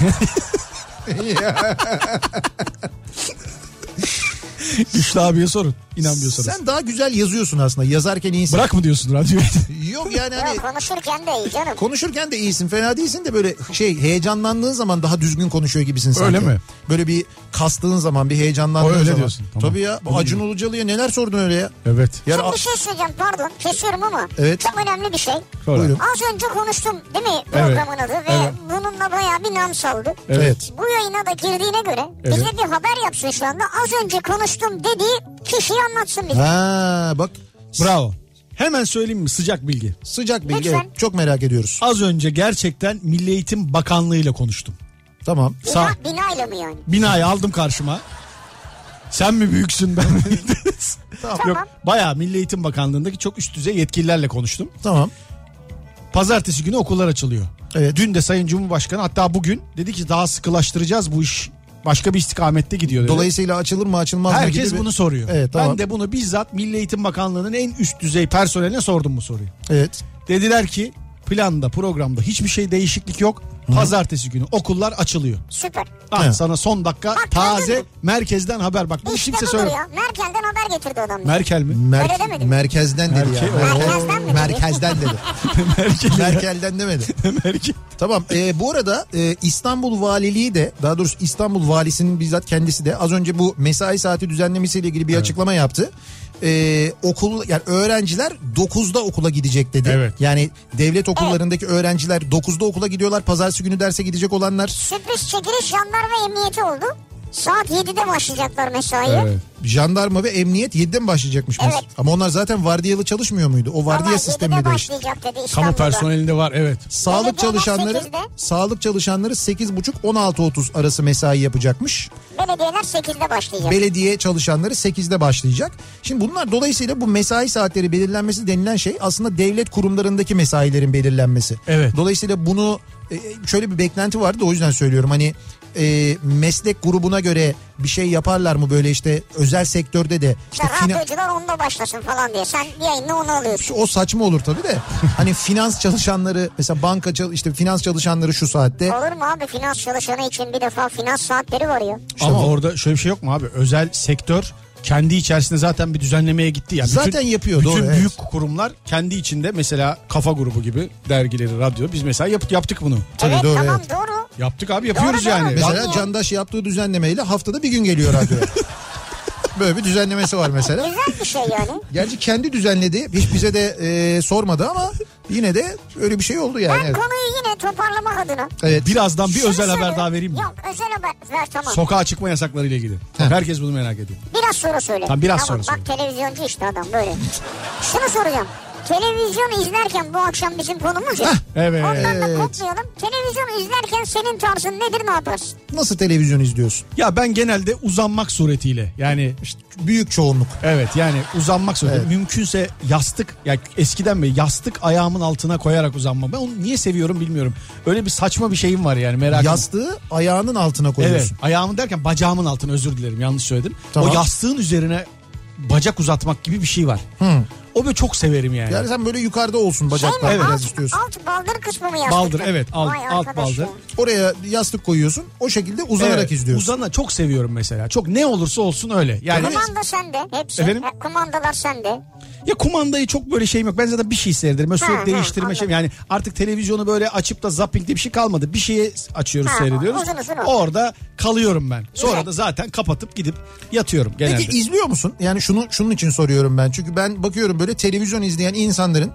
Güçlü abiye sorun. İnanmıyorsanız. Sen daha güzel yazıyorsun aslında. Yazarken iyisin. Bırak mı diyorsun radyoyu? Yok yani hani. Yok, konuşurken de iyi canım. Konuşurken de iyisin. Fena değilsin de böyle şey heyecanlandığın zaman daha düzgün konuşuyor gibisin sanki. Öyle mi? Böyle bir kastığın zaman, bir heyecanlandığın öyle zaman. diyorsun. Tamam. Tabii ya. Bunu Acun gibi. Ilıcalı'ya neler sordun öyle ya? Evet. Yani Şimdi bir şey söyleyeceğim, pardon kesiyorum ama. Evet. Çok önemli bir şey. Sonra. Buyurun. Az önce konuştum değil mi programın adı ve Evet. bununla bayağı bir nam saldı. Evet. Bu yayına da girdiğine göre Evet. bize bir haber yapsın şu anda. Az önce konuştum dediği kişiyi anlatsın bize. Ha bak. Bravo. Hemen söyleyeyim mi, sıcak bilgi. Sıcak bilgi. Lütfen. Evet, çok merak ediyoruz. Az önce gerçekten Milli Eğitim Bakanlığı ile konuştum. Tamam. Sağ. Bina, binayla mı yani? Binayı aldım karşıma. Sen mi büyüksün, ben mi? Tamam. Yok, bayağı Milli Eğitim Bakanlığı'ndaki çok üst düzey yetkililerle konuştum. Tamam. Pazartesi günü okullar açılıyor. Evet. Dün de Sayın Cumhurbaşkanı, hatta bugün dedi ki daha sıkılaştıracağız bu iş başka bir istikamette gidiyor dedi. Dolayısıyla açılır mı açılmaz mı? Herkes gibi bunu bir... soruyor. Evet, tamam. Ben de bunu bizzat Milli Eğitim Bakanlığı'nın en üst düzey personeline sordum bu soruyu. Evet. Dediler ki planda, programda hiçbir şey değişiklik yok. Pazartesi günü okullar açılıyor. Süper. Ah, sana son dakika bak, taze merkezden haber. Bak bunu İşte kimse budur söyle. Ya. Merkel'den haber getirdi adam. Merkel mi? Mer- Öyle demedim. merkezden dedi Merke- ya. Merkezden mi dedi? Merkezden dedi. Merkel. Merkel'den demedi. Merkel. Tamam e, bu arada e, İstanbul Valiliği de, daha doğrusu İstanbul Valisi'nin bizzat kendisi de az önce bu mesai saati düzenlemesiyle ilgili bir evet. açıklama yaptı. Ee, okul yani öğrenciler dokuzda okula gidecek dedi. Evet. Yani devlet okullarındaki evet. öğrenciler dokuzda okula gidiyorlar. Pazartesi günü derse gidecek olanlar. Sürpriz çekiliş jandarma emniyeti oldu. Saat yedide başlayacaklar mesaiye. Evet. Jandarma ve emniyet yedide mi başlayacakmış? Evet. Ama onlar zaten vardiyalı çalışmıyor muydu? O vardiya Vallahi sistemini değişti. Kamu personelinde var evet. Sağlık Belediyeler çalışanları sekizde. sağlık çalışanları sekiz buçuk on altı otuz arası mesai yapacakmış. Belediyeler sekizde başlayacak. Belediye çalışanları sekizde başlayacak. Şimdi bunlar dolayısıyla bu mesai saatleri belirlenmesi denilen şey aslında devlet kurumlarındaki mesailerin belirlenmesi. Evet. Dolayısıyla bunu şöyle bir beklenti vardı da o yüzden söylüyorum. Hani e, meslek grubuna göre bir şey yaparlar mı böyle işte özel sektörde de. İşte fina- radyocular onda başlasın falan diye. Sen yayında onu alıyorsun. O saçma olur tabii de. Hani finans çalışanları mesela banka işte finans çalışanları şu saatte. Olur mu abi, finans çalışanı için bir defa finans saatleri var ya. İşte ama bu... orada şöyle bir şey yok mu abi? Özel sektör kendi içerisinde zaten bir düzenlemeye gitti. Yani zaten bütün, yapıyor bütün doğru. Bütün büyük evet. kurumlar kendi içinde mesela Kafa Grubu gibi dergileri, radyo biz mesela yap, yaptık bunu. Tabii evet, doğru, tamam evet. doğru. Yaptık abi yapıyoruz doğru, yani. Doğru. Mesela Doğru. Candaş yaptığı düzenlemeyle haftada bir gün geliyor radyoya. Böyle bir düzenlemesi var mesela. Güzel bir şey yani. Gerçi kendi düzenledi. Hiç bize de e, sormadı ama yine de öyle bir şey oldu yani. Ben evet. konuyu yine toparlamak adına. Evet. Birazdan bir Şunu özel söyle. haber daha vereyim mi? Yok özel haber ver tamam. Sokağa çıkma yasakları ile ilgili. Heh. Herkes bunu merak ediyor. Biraz sonra söyle. Tamam biraz tamam, sonra bak söyle. televizyoncu işte adam böyle. Şunu soracağım. Televizyon izlerken bu akşam bizim konumuz ya. Evet. Ondan da kopmayalım. Televizyon izlerken senin tarzın nedir, ne yaparsın? Nasıl televizyon izliyorsun? Ya ben genelde uzanmak suretiyle yani işte büyük çoğunluk. Evet yani uzanmak suretiyle evet. Mümkünse yastık yani eskiden beri yastık ayağımın altına koyarak uzanma. Ben onu niye seviyorum bilmiyorum. Öyle bir saçma bir şeyim var yani merak Yastığı ettim. Ayağının altına koyuyorsun. Evet ayağımın derken bacağımın altına, özür dilerim yanlış söyledim. Tamam. O yastığın üzerine bacak uzatmak gibi bir şey var. Hı. O böyle çok severim yani. Yani sen böyle yukarıda olsun bacaklar şey biraz alt, istiyorsun. Alt baldır kısmı mı yastık? Baldır evet alt, Vay alt baldır. ya. Oraya yastık koyuyorsun, o şekilde uzanarak evet, izliyorsun. Uzana çok seviyorum mesela. Çok ne olursa olsun öyle. Yani Kumanda sende hepsi. Efendim? Kumandalar sende. Ya kumandayı çok böyle şeyim yok. Ben zaten bir şey seyrederim. Böyle Ha, sürekli ha, değiştirme anladım. şeyim. Yani artık televizyonu böyle açıp da zapping diye bir şey kalmadı. Bir şeye açıyoruz, Ha, seyrediyoruz. uzun uzun o. Orada kalıyorum ben. Sonra Güzel. da zaten kapatıp gidip yatıyorum genelde. Peki izliyor musun? Yani şunu şunun için soruyorum ben. Çünkü ben bakıyorum böyle televizyon izleyen insanların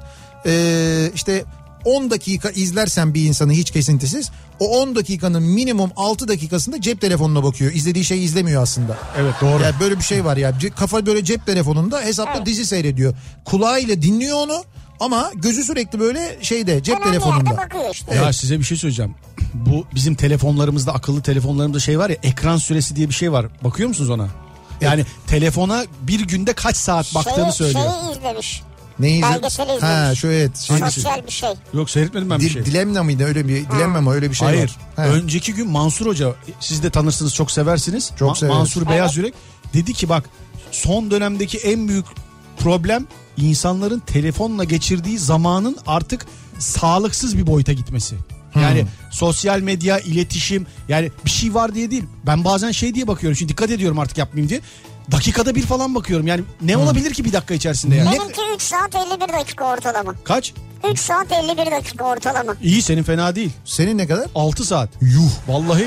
ee, işte on dakika izlersen bir insanı hiç kesintisiz, o on dakikanın minimum altı dakikasında cep telefonuna bakıyor. İzlediği şeyi izlemiyor aslında. Evet doğru. Yani böyle bir şey var ya. Kafa böyle cep telefonunda hesapta evet. dizi seyrediyor. Kulağıyla dinliyor onu ama gözü sürekli böyle şeyde, cep Önemli telefonunda. yerde bakıyor işte. Ya Evet. size bir şey söyleyeceğim. Bu bizim telefonlarımızda, akıllı telefonlarımızda şey var ya, ekran süresi diye bir şey var. Bakıyor musunuz ona? Yani telefona bir günde kaç saat baktığını şeyi, söylüyor. Şeyi izlemiş. Neyi izle- Belgeseli izlemiş. Ha şu evet. Şey, Sosyal bir şey. Yok seyretmedim ben bir Di- şey. Dilemma mıydı öyle bir dilemma mı öyle bir şey Hayır. var. He. Önceki gün Mansur Hoca, siz de tanırsınız, çok seversiniz. Çok severiz. Mansur Beyaz Yürek dedi ki bak, son dönemdeki en büyük problem insanların telefonla geçirdiği zamanın artık sağlıksız bir boyuta gitmesi. Yani hmm. sosyal medya, iletişim, yani bir şey var diye değil. Ben bazen şey diye bakıyorum. Şimdi dikkat ediyorum artık yapmayayım diye. Dakikada bir falan bakıyorum. Yani ne hmm. olabilir ki bir dakika içerisinde yani? Benimki üç saat elli bir dakika ortalama. Kaç? üç saat elli bir dakika ortalama. İyi, senin fena değil. Senin ne kadar? altı saat. Yuh. Vallahi.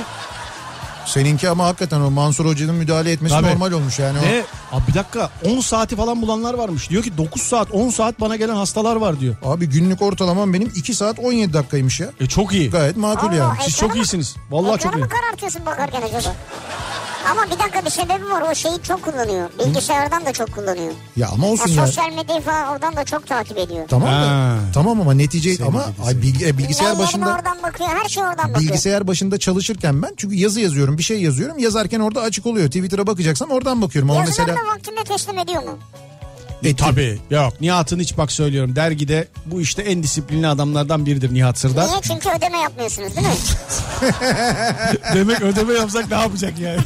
Seninki ama hakikaten o Mansur Hoca'nın müdahale etmesi Tabii. normal olmuş yani. Ne? Abi bir dakika, on saati falan bulanlar varmış. Diyor ki dokuz saat on saat bana gelen hastalar var diyor. Abi günlük ortalamam benim iki saat on yedi dakikaymış ya. E çok iyi. Gayet makul Allah, yani. Siz ekranı çok mı- iyisiniz. Vallahi çok iyi. Ekranı mı karartıyorsun bakarken acaba? Ama bir dakika, bir sebebi var, o şeyi çok kullanıyor. Bilgisayardan da çok kullanıyor. Ya ama olsun Ya ya. sosyal medyayı falan oradan da çok takip ediyor. Tamam da. Ha. Tamam ama netice Senin ama gibi ay, bilgi- e, bilgisayar Maillerine başında oradan bakıyor, her şey oradan bakıyor. bilgisayar başında çalışırken ben çünkü yazı yazıyorum, bir şey yazıyorum. Yazarken orada açık oluyor. Twitter'a bakacaksam oradan bakıyorum ama Yazılarını mesela vaktinde teslim ediyor mu? E tabii yok, Nihat'ın hiç bak söylüyorum dergide bu işte en disiplinli adamlardan biridir Nihat Sırdar. Niye? Çünkü ödeme yapmıyorsunuz değil mi? Demek ödeme yapsak ne yapacak yani?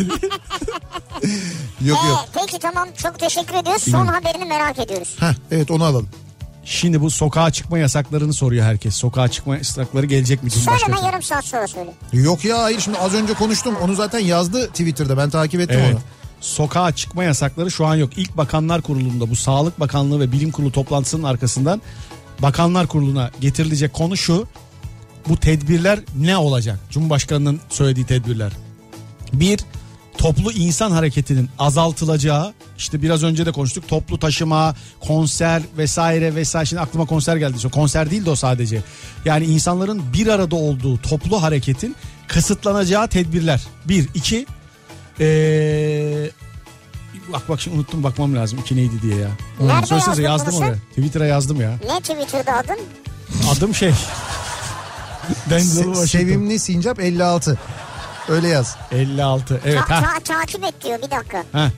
Yok ee, yok. Peki tamam, çok teşekkür ediyoruz. Son hmm. haberini merak ediyoruz. Heh, evet onu alalım. Şimdi bu sokağa çıkma yasaklarını soruyor herkes. Sokağa çıkma yasakları gelecek mi? Söyleme, yarım saat sonra söyle. Yok ya, hayır, şimdi az önce konuştum. Onu zaten yazdı Twitter'da, ben takip ettim evet. onu. Sokağa çıkma yasakları şu an yok. İlk Bakanlar Kurulu'nda bu Sağlık Bakanlığı ve Bilim Kurulu toplantısının arkasından Bakanlar Kurulu'na getirilecek konu şu. Bu tedbirler ne olacak? Cumhurbaşkanının söylediği tedbirler. Bir, toplu insan hareketinin azaltılacağı, işte biraz önce de konuştuk, toplu taşıma, konser vesaire vesaire. Şimdi aklıma konser geldi. Konser değil de o sadece. Yani insanların bir arada olduğu toplu hareketin kısıtlanacağı tedbirler. Bir, iki, ee, bak bak şimdi unuttum, bakmam lazım iki neydi diye ya. Nerede Söylesenize, yazdım oraya. Twitter'a yazdım ya. Ne Twitter'da adın? Adım şey. Se- Sevimli Sincap elli altı. Öyle yaz. elli altı. Evet. Ta- ha. ta- takip et diyor, bir dakika. Ha.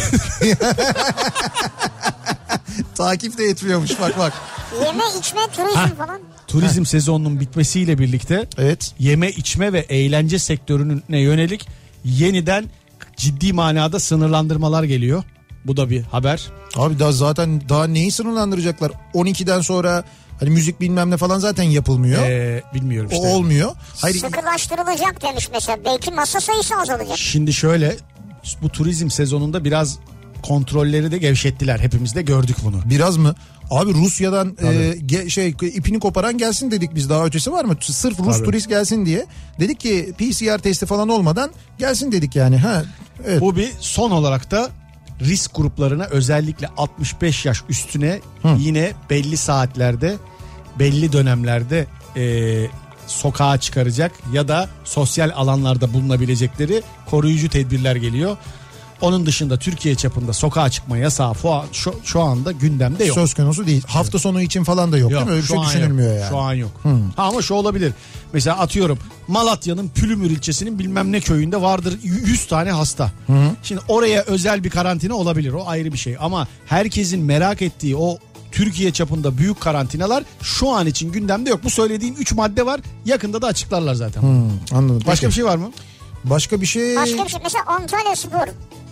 Takip de etmiyormuş, bak bak. Yeme içme turizm ha. falan. Turizm ha. sezonunun bitmesiyle birlikte evet. yeme içme ve eğlence sektörüne yönelik yeniden ciddi manada sınırlandırmalar geliyor. Bu da bir haber. Abi daha zaten daha neyi sınırlandıracaklar? on ikiden sonra hani müzik bilmem ne falan zaten yapılmıyor. Ee, bilmiyorum işte. O olmuyor. Hayır. Sıkılaştırılacak demiş mesela. Belki masa sayısı azalacak. Şimdi şöyle, bu turizm sezonunda biraz kontrolleri de gevşettiler. Hepimiz de gördük bunu. Biraz mı? Abi Rusya'dan e, ge, şey ipini koparan gelsin dedik biz, daha ötesi var mı? Sırf Rus Tabii. turist gelsin diye. Dedik ki P C R testi falan olmadan gelsin dedik yani. Ha, evet. Bu bir, son olarak da risk gruplarına, özellikle altmış beş yaş üstüne Hı. yine belli saatlerde, belli dönemlerde e, sokağa çıkaracak ya da sosyal alanlarda bulunabilecekleri koruyucu tedbirler geliyor. Onun dışında Türkiye çapında sokağa çıkma yasağı şu, şu anda gündemde yok. Söz konusu değil. Hafta sonu için falan da yok, yok değil mi? Öyle bir şey düşünülmüyor yok. yani. Şu an yok. Hmm. Ha, ama şu olabilir. Mesela atıyorum Malatya'nın Pülümür ilçesinin bilmem ne köyünde vardır yüz tane hasta. Hı. Şimdi oraya özel bir karantina olabilir. O ayrı bir şey. Ama herkesin merak ettiği o Türkiye çapında büyük karantinalar şu an için gündemde yok. Bu söylediğim üç madde var. Yakında da açıklarlar zaten. Hmm, anladım. Başka Peki. bir şey var mı? Başka bir şey... Başka bir şey. Mesela Antalya Spor.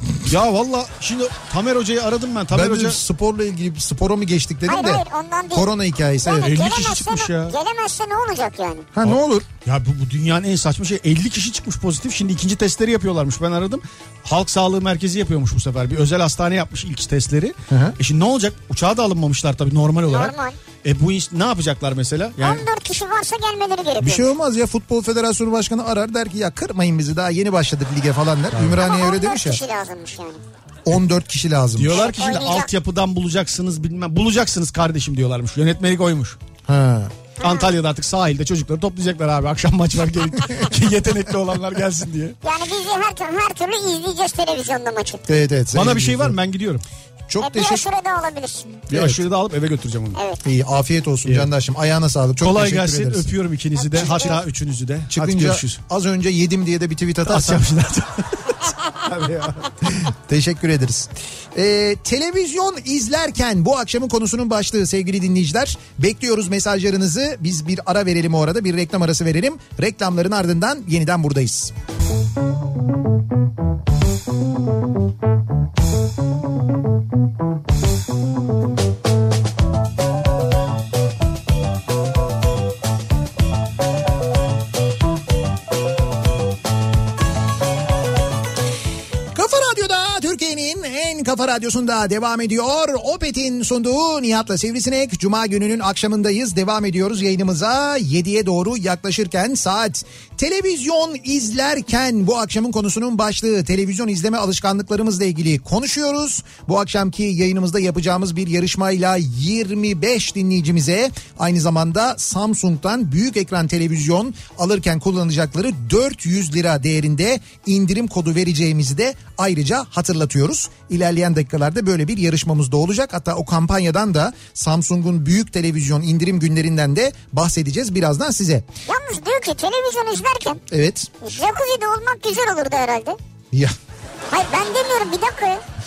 Ya valla şimdi Tamer Hoca'yı aradım ben. Tamer ben Hoca... sporla ilgili spora mı geçtik dedim hayır, de. Hayır ondan değil. Korona hikayesi. Yani evet. elli kişi çıkmış ya. Gelemezse ne olacak yani? Ha, ne olur? Ya bu, bu dünyanın en saçma şey. elli kişi çıkmış pozitif. Şimdi ikinci testleri yapıyorlarmış. Ben aradım. Halk Sağlığı Merkezi yapıyormuş bu sefer. Bir özel hastane yapmış ilk testleri. Hı hı. E şimdi ne olacak? Uçağa da alınmamışlar tabii normal olarak. Normal. E bu iş ne yapacaklar mesela? Yani... on dört kişi varsa gelmeleri gerekiyor. Bir şey olmaz ya, Futbol Federasyonu Başkanı arar, der ki ya kırmayın bizi, daha yeni başladık lige falan der. Tamam. Ümraniye öyle demiş ya. on dört kişi lazımmış yani. on dört kişi lazım. Diyorlar ki şimdi altyapıdan bulacaksınız bilmem. Bulacaksınız kardeşim diyorlarmış. Yönetmelik oymuş. Ha. Antalya'da artık sahilde çocukları toplayacaklar abi. Akşam maç var, gelin. Yetenekli olanlar gelsin diye. Yani biz her, her türlü izleyeceğiz televizyonda maçı. Evet evet. Bana bir şey var mı? Ben gidiyorum. Çok e, teşekkür... Bir aşure da alabilirsin. Bir evet. aşure da alıp eve götüreceğim onu. Evet. İyi, afiyet olsun evet. Candaşım. Ayağına sağlık. Çok kolay teşekkür gelsin. ederiz. Öpüyorum ikinizi de. Çıkınca, hatta üçünüzü de. Çıkınca az önce yedim diye de bir tweet atarsan. Teşekkür ederiz. Ee, televizyon izlerken bu akşamın konusunun başlığı sevgili dinleyiciler. Bekliyoruz mesajlarınızı. Biz bir ara verelim o arada. Bir reklam arası verelim. Reklamların ardından yeniden buradayız. Kafa Radyosu'nda devam ediyor. Opet'in sunduğu Nihat'la Sivrisinek. Cuma gününün akşamındayız. Devam ediyoruz yayınımıza. yediye doğru yaklaşırken saat. Televizyon izlerken bu akşamın konusunun başlığı. Televizyon izleme alışkanlıklarımızla ilgili konuşuyoruz. Bu akşamki yayınımızda yapacağımız bir yarışmayla yirmi beş dinleyicimize aynı zamanda Samsung'dan büyük ekran televizyon alırken kullanacakları dört yüz lira değerinde indirim kodu vereceğimizi de ayrıca hatırlatıyoruz. İlerleyen dakikalarda böyle bir yarışmamız da olacak. Hatta o kampanyadan da Samsung'un büyük televizyon indirim günlerinden de bahsedeceğiz birazdan size. Yalnız diyor ki televizyon izlerken evet. jacuzzi'de olmak güzel olurdu herhalde. Ya. Hayır ben demiyorum, bir dakika ya.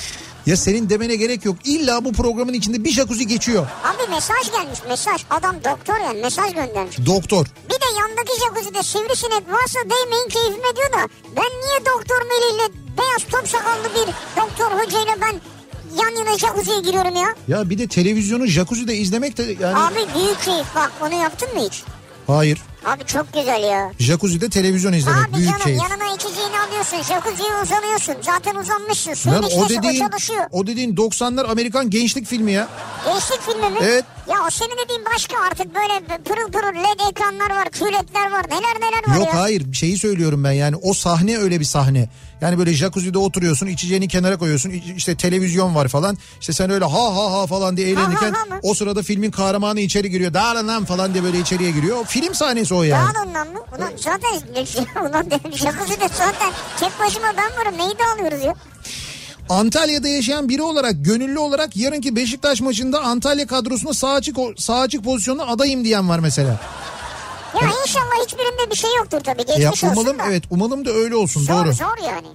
Ya senin demene gerek yok. İlla bu programın içinde bir jacuzzi geçiyor. Abi mesaj gelmiş mesaj. Adam doktor yani mesaj göndermiş. Doktor. Bir de yandaki jacuzzi'de sivrisinek varsa değmeyin keyfime diyor da ben niye Doktor Melih'le beyaz top sakallı bir doktor hocayla ben yan yana jacuzziye giriyorum ya. Ya bir de televizyonu jacuzzi'de izlemek de yani. Abi büyük keyif bak, onu yaptın mı hiç? Hayır. Abi çok güzel ya. Jacuzzi'de televizyon izlemek Abi büyük canım, keyif. yanına içeceğini alıyorsun, jacuzziye uzanıyorsun. Zaten uzanmışsın. Suyun Lan içine o dediğin, o çalışıyor. o dediğin doksanlar Amerikan gençlik filmi ya. Gençlik filmi mi? Evet. Ya o senin dediğin başka, artık böyle pırıl pırıl led ekranlar var, Q L E D'ler var, neler neler var Yok ya. hayır, şeyi söylüyorum ben, yani o sahne öyle bir sahne. Yani böyle jacuzzi'de oturuyorsun, içeceğini kenara koyuyorsun, işte televizyon var falan. İşte sen öyle ha ha ha falan diye eğlenirken Ha, ha, ha o sırada filmin kahramanı içeri giriyor. Dağılın lan falan diye böyle içeriye giriyor. O film sahnesi o yani. Dağılın lan mı? Ulan zaten ulan jacuzzi'de zaten tek başıma ben varım, neyi dağılıyoruz ya? Antalya'da yaşayan biri olarak, gönüllü olarak yarınki Beşiktaş maçında Antalya kadrosuna sağ açık, sağ açık pozisyonda adayım diyen var mesela. Ya inşallah hiçbirinde bir şey yoktur tabii. Geçmiş Ya olsun umalım, da. evet umalım da öyle olsun. Zor, doğru. zor yani.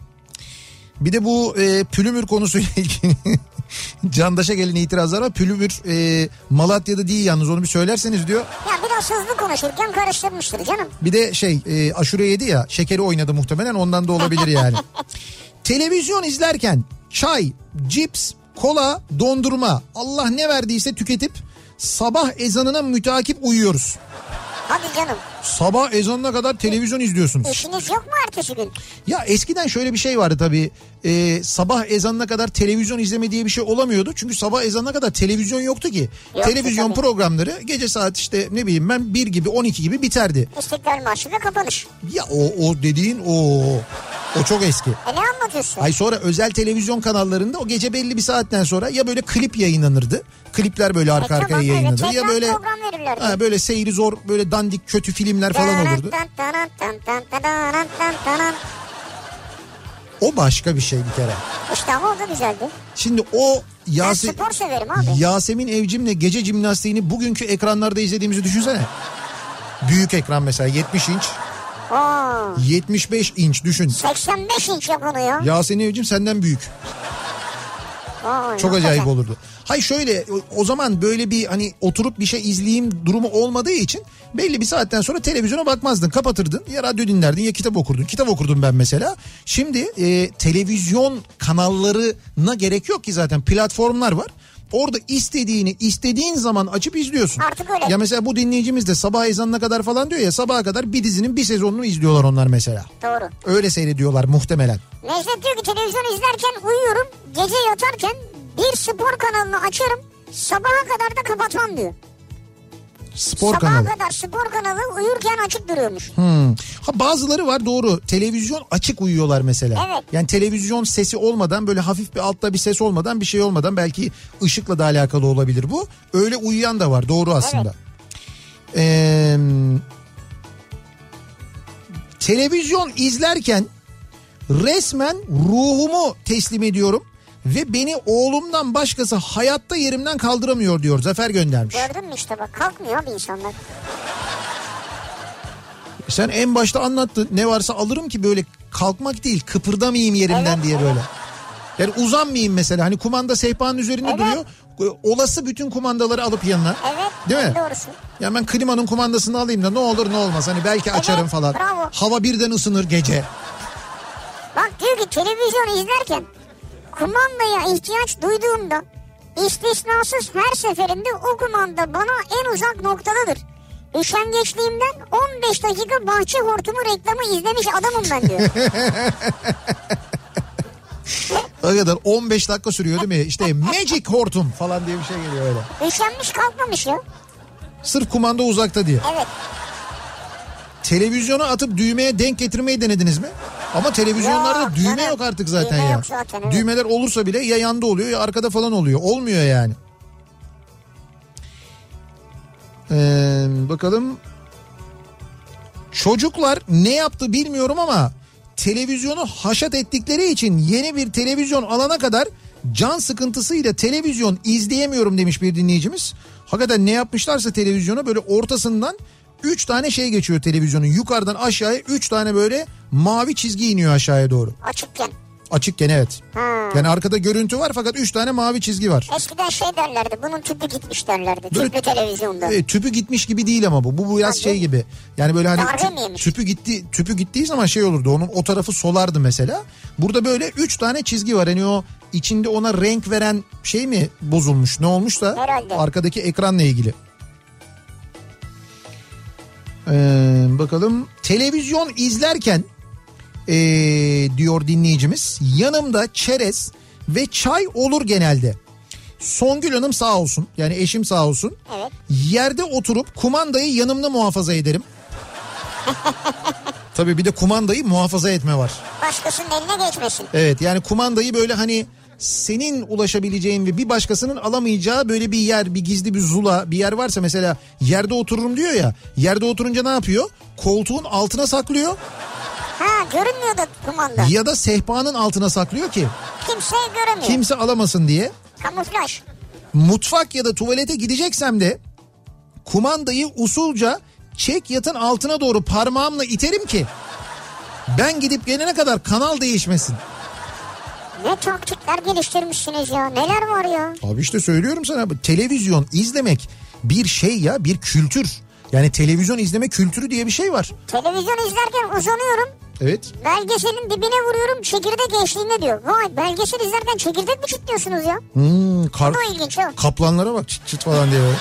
Bir de bu e, pülümür konusuyla ilgili Candaş'a gelen itirazlar var. Pülümür e, Malatya'da değil yalnız, onu bir söylerseniz diyor. Ya biraz hızlı konuşurken karıştırmıştır canım. Bir de şey e, aşure yedi ya, şekeri oynadı muhtemelen, ondan da olabilir yani. Televizyon izlerken çay, cips, kola, dondurma, Allah ne verdiyse tüketip sabah ezanına mütakip uyuyoruz. Hadi canım. Sabah ezanına kadar televizyon izliyorsunuz. İşiniz yok mu ertesi gün? Ya eskiden şöyle bir şey vardı tabii. Ee, sabah ezanına kadar televizyon izleme diye bir şey olamıyordu. Çünkü sabah ezanına kadar televizyon yoktu ki. Yoktu televizyon tabii. Programları gece saat işte ne bileyim ben bir gibi on iki gibi biterdi. İstiklal Marşı ve kapanış. Ya o, o dediğin o o çok eski. E ne anlatıyorsun? Ay sonra özel televizyon kanallarında o gece belli bir saatten sonra ya böyle klip yayınlanırdı. Klipler böyle arka e, arkaya tamam, yayınlanırdı. Evet, ya böyle ha, böyle seyri zor, böyle dandik kötü filmler falan olurdu. O başka bir şey bir kere. İşte ama o da güzeldi. Şimdi o Yase- ben spor severim abi. Yasemin Evcim'le gece jimnastiğini bugünkü ekranlarda izlediğimizi düşünsene. Büyük ekran mesela yetmiş inç. Oo. yetmiş beş inç düşün. seksen beş inç yapılıyor. Yasemin Evcim senden büyük. Oo, Çok acayip olurdu. Hayır şöyle, o zaman böyle bir hani oturup bir şey izleyeyim durumu olmadığı için belli bir saatten sonra televizyona bakmazdın, kapatırdın, ya radyo dinlerdin ya kitap okurdun. Kitap okurdum ben mesela. Şimdi e, televizyon kanallarına gerek yok ki, zaten platformlar var. Orada istediğini istediğin zaman açıp izliyorsun. Artık öyle. Ya mesela bu dinleyicimiz de sabah ezanına kadar falan diyor ya, sabaha kadar bir dizinin bir sezonunu izliyorlar onlar mesela. Doğru. Öyle seyrediyorlar muhtemelen. Necdet diyor ki televizyon izlerken uyuyorum, gece yatarken bir spor kanalını açarım, sabaha kadar da kapatmam diyor. Spor Sabaha kanalı. kadar spor kanalı uyurken açık duruyormuş. Hmm. Ha bazıları var, doğru. Televizyon açık uyuyorlar mesela. Evet. Yani televizyon sesi olmadan, böyle hafif bir altta bir ses olmadan, bir şey olmadan, belki ışıkla da alakalı olabilir bu. Öyle uyuyan da var, doğru aslında. Evet. Ee, televizyon izlerken resmen ruhumu teslim ediyorum ve beni oğlumdan başkası hayatta yerimden kaldıramıyor diyor, Zafer göndermiş. Gördün mü işte bak, kalkmıyor abi insanlar. Sen en başta anlattın, ne varsa alırım ki, böyle kalkmak değil, kıpırdamayayım yerimden evet, diye evet. böyle. Yani uzanmayayım mesela, hani kumanda sehpanın üzerinde evet. duruyor. Olası bütün kumandaları alıp yanına. Evet. Değil mi? Doğrusu. Ya ben klimanın kumandasını alayım da ne olur ne olmaz, hani belki açarım evet, falan. Bravo. Hava birden ısınır gece. Bak diyor ki televizyon izlerken kumandaya ihtiyaç duyduğumda istisnasız her seferinde o kumanda bana en uzak noktadadır. Üşengeçliğimden on beş dakika bahçe hortumu reklamı izlemiş adamım ben diyor. O kadar on beş dakika sürüyor değil mi? İşte magic hortum falan diye bir şey geliyor öyle. Üşenmiş kalkmamış ya. Sırf kumanda uzakta diye. Evet. Televizyona atıp düğmeye denk getirmeyi denediniz mi? Ama televizyonlarda yok, düğme canım. yok artık zaten düğme ya. Yok zaten, evet. Düğmeler olursa bile ya yanda oluyor ya arkada falan oluyor. Olmuyor yani. Ee, bakalım. Çocuklar ne yaptı bilmiyorum ama televizyonu haşat ettikleri için yeni bir televizyon alana kadar can sıkıntısıyla televizyon izleyemiyorum demiş bir dinleyicimiz. Hakikaten ne yapmışlarsa televizyona, böyle ortasından üç tane şey geçiyor televizyonun. Yukarıdan aşağıya üç tane böyle mavi çizgi iniyor aşağıya doğru. Açıkken. Açıkken evet. Ha. Yani arkada görüntü var fakat üç tane mavi çizgi var. Eskiden şey derlerdi, bunun tüpü gitmiş derlerdi. Böyle, tüplü televizyonda. E, tüpü gitmiş gibi değil ama bu. Bu, bu biraz Hadi. şey gibi. Yani böyle hani Darbe tü, miymiş? tüpü gitti tüpü gittiği zaman şey olurdu. Onun o tarafı solardı mesela. Burada böyle üç tane çizgi var. Hani o içinde ona renk veren şey mi bozulmuş? Ne olmuş da Herhalde. arkadaki ekranla ilgili. Ee, bakalım televizyon izlerken ee, diyor dinleyicimiz, yanımda çerez ve çay olur genelde. Songül Hanım sağ olsun, yani eşim sağ olsun. Evet. Yerde oturup kumandayı yanımda muhafaza ederim. Tabii bir de kumandayı muhafaza etme var. Başkasının eline geçmesin. Evet, yani kumandayı böyle hani senin ulaşabileceğin ve bir başkasının alamayacağı böyle bir yer, bir gizli bir zula bir yer varsa, mesela yerde otururum diyor ya, yerde oturunca ne yapıyor? Koltuğun altına saklıyor. Ha, görünmüyor da kumanda. Ya da sehpanın altına saklıyor ki Kimse göremiyor. kimse alamasın diye. Kamuflaj. Mutfak ya da tuvalete gideceksem de kumandayı usulca çek yatın altına doğru parmağımla iterim ki ben gidip gelene kadar kanal değişmesin. Ne taktikler geliştirmişsiniz ya. Neler var ya. Abi işte söylüyorum sana, televizyon izlemek bir şey ya, bir kültür. Yani televizyon izleme kültürü diye bir şey var. Televizyon izlerken uzanıyorum. Evet. Belgeselin dibine vuruyorum, çekirdek eşliğinde diyor. Vay, belgesel izlerken çekirdek mi çitliyorsunuz ya? Hmm, kar- Bu da ilginç o. Kaplanlara bak çıt çıt falan diye böyle.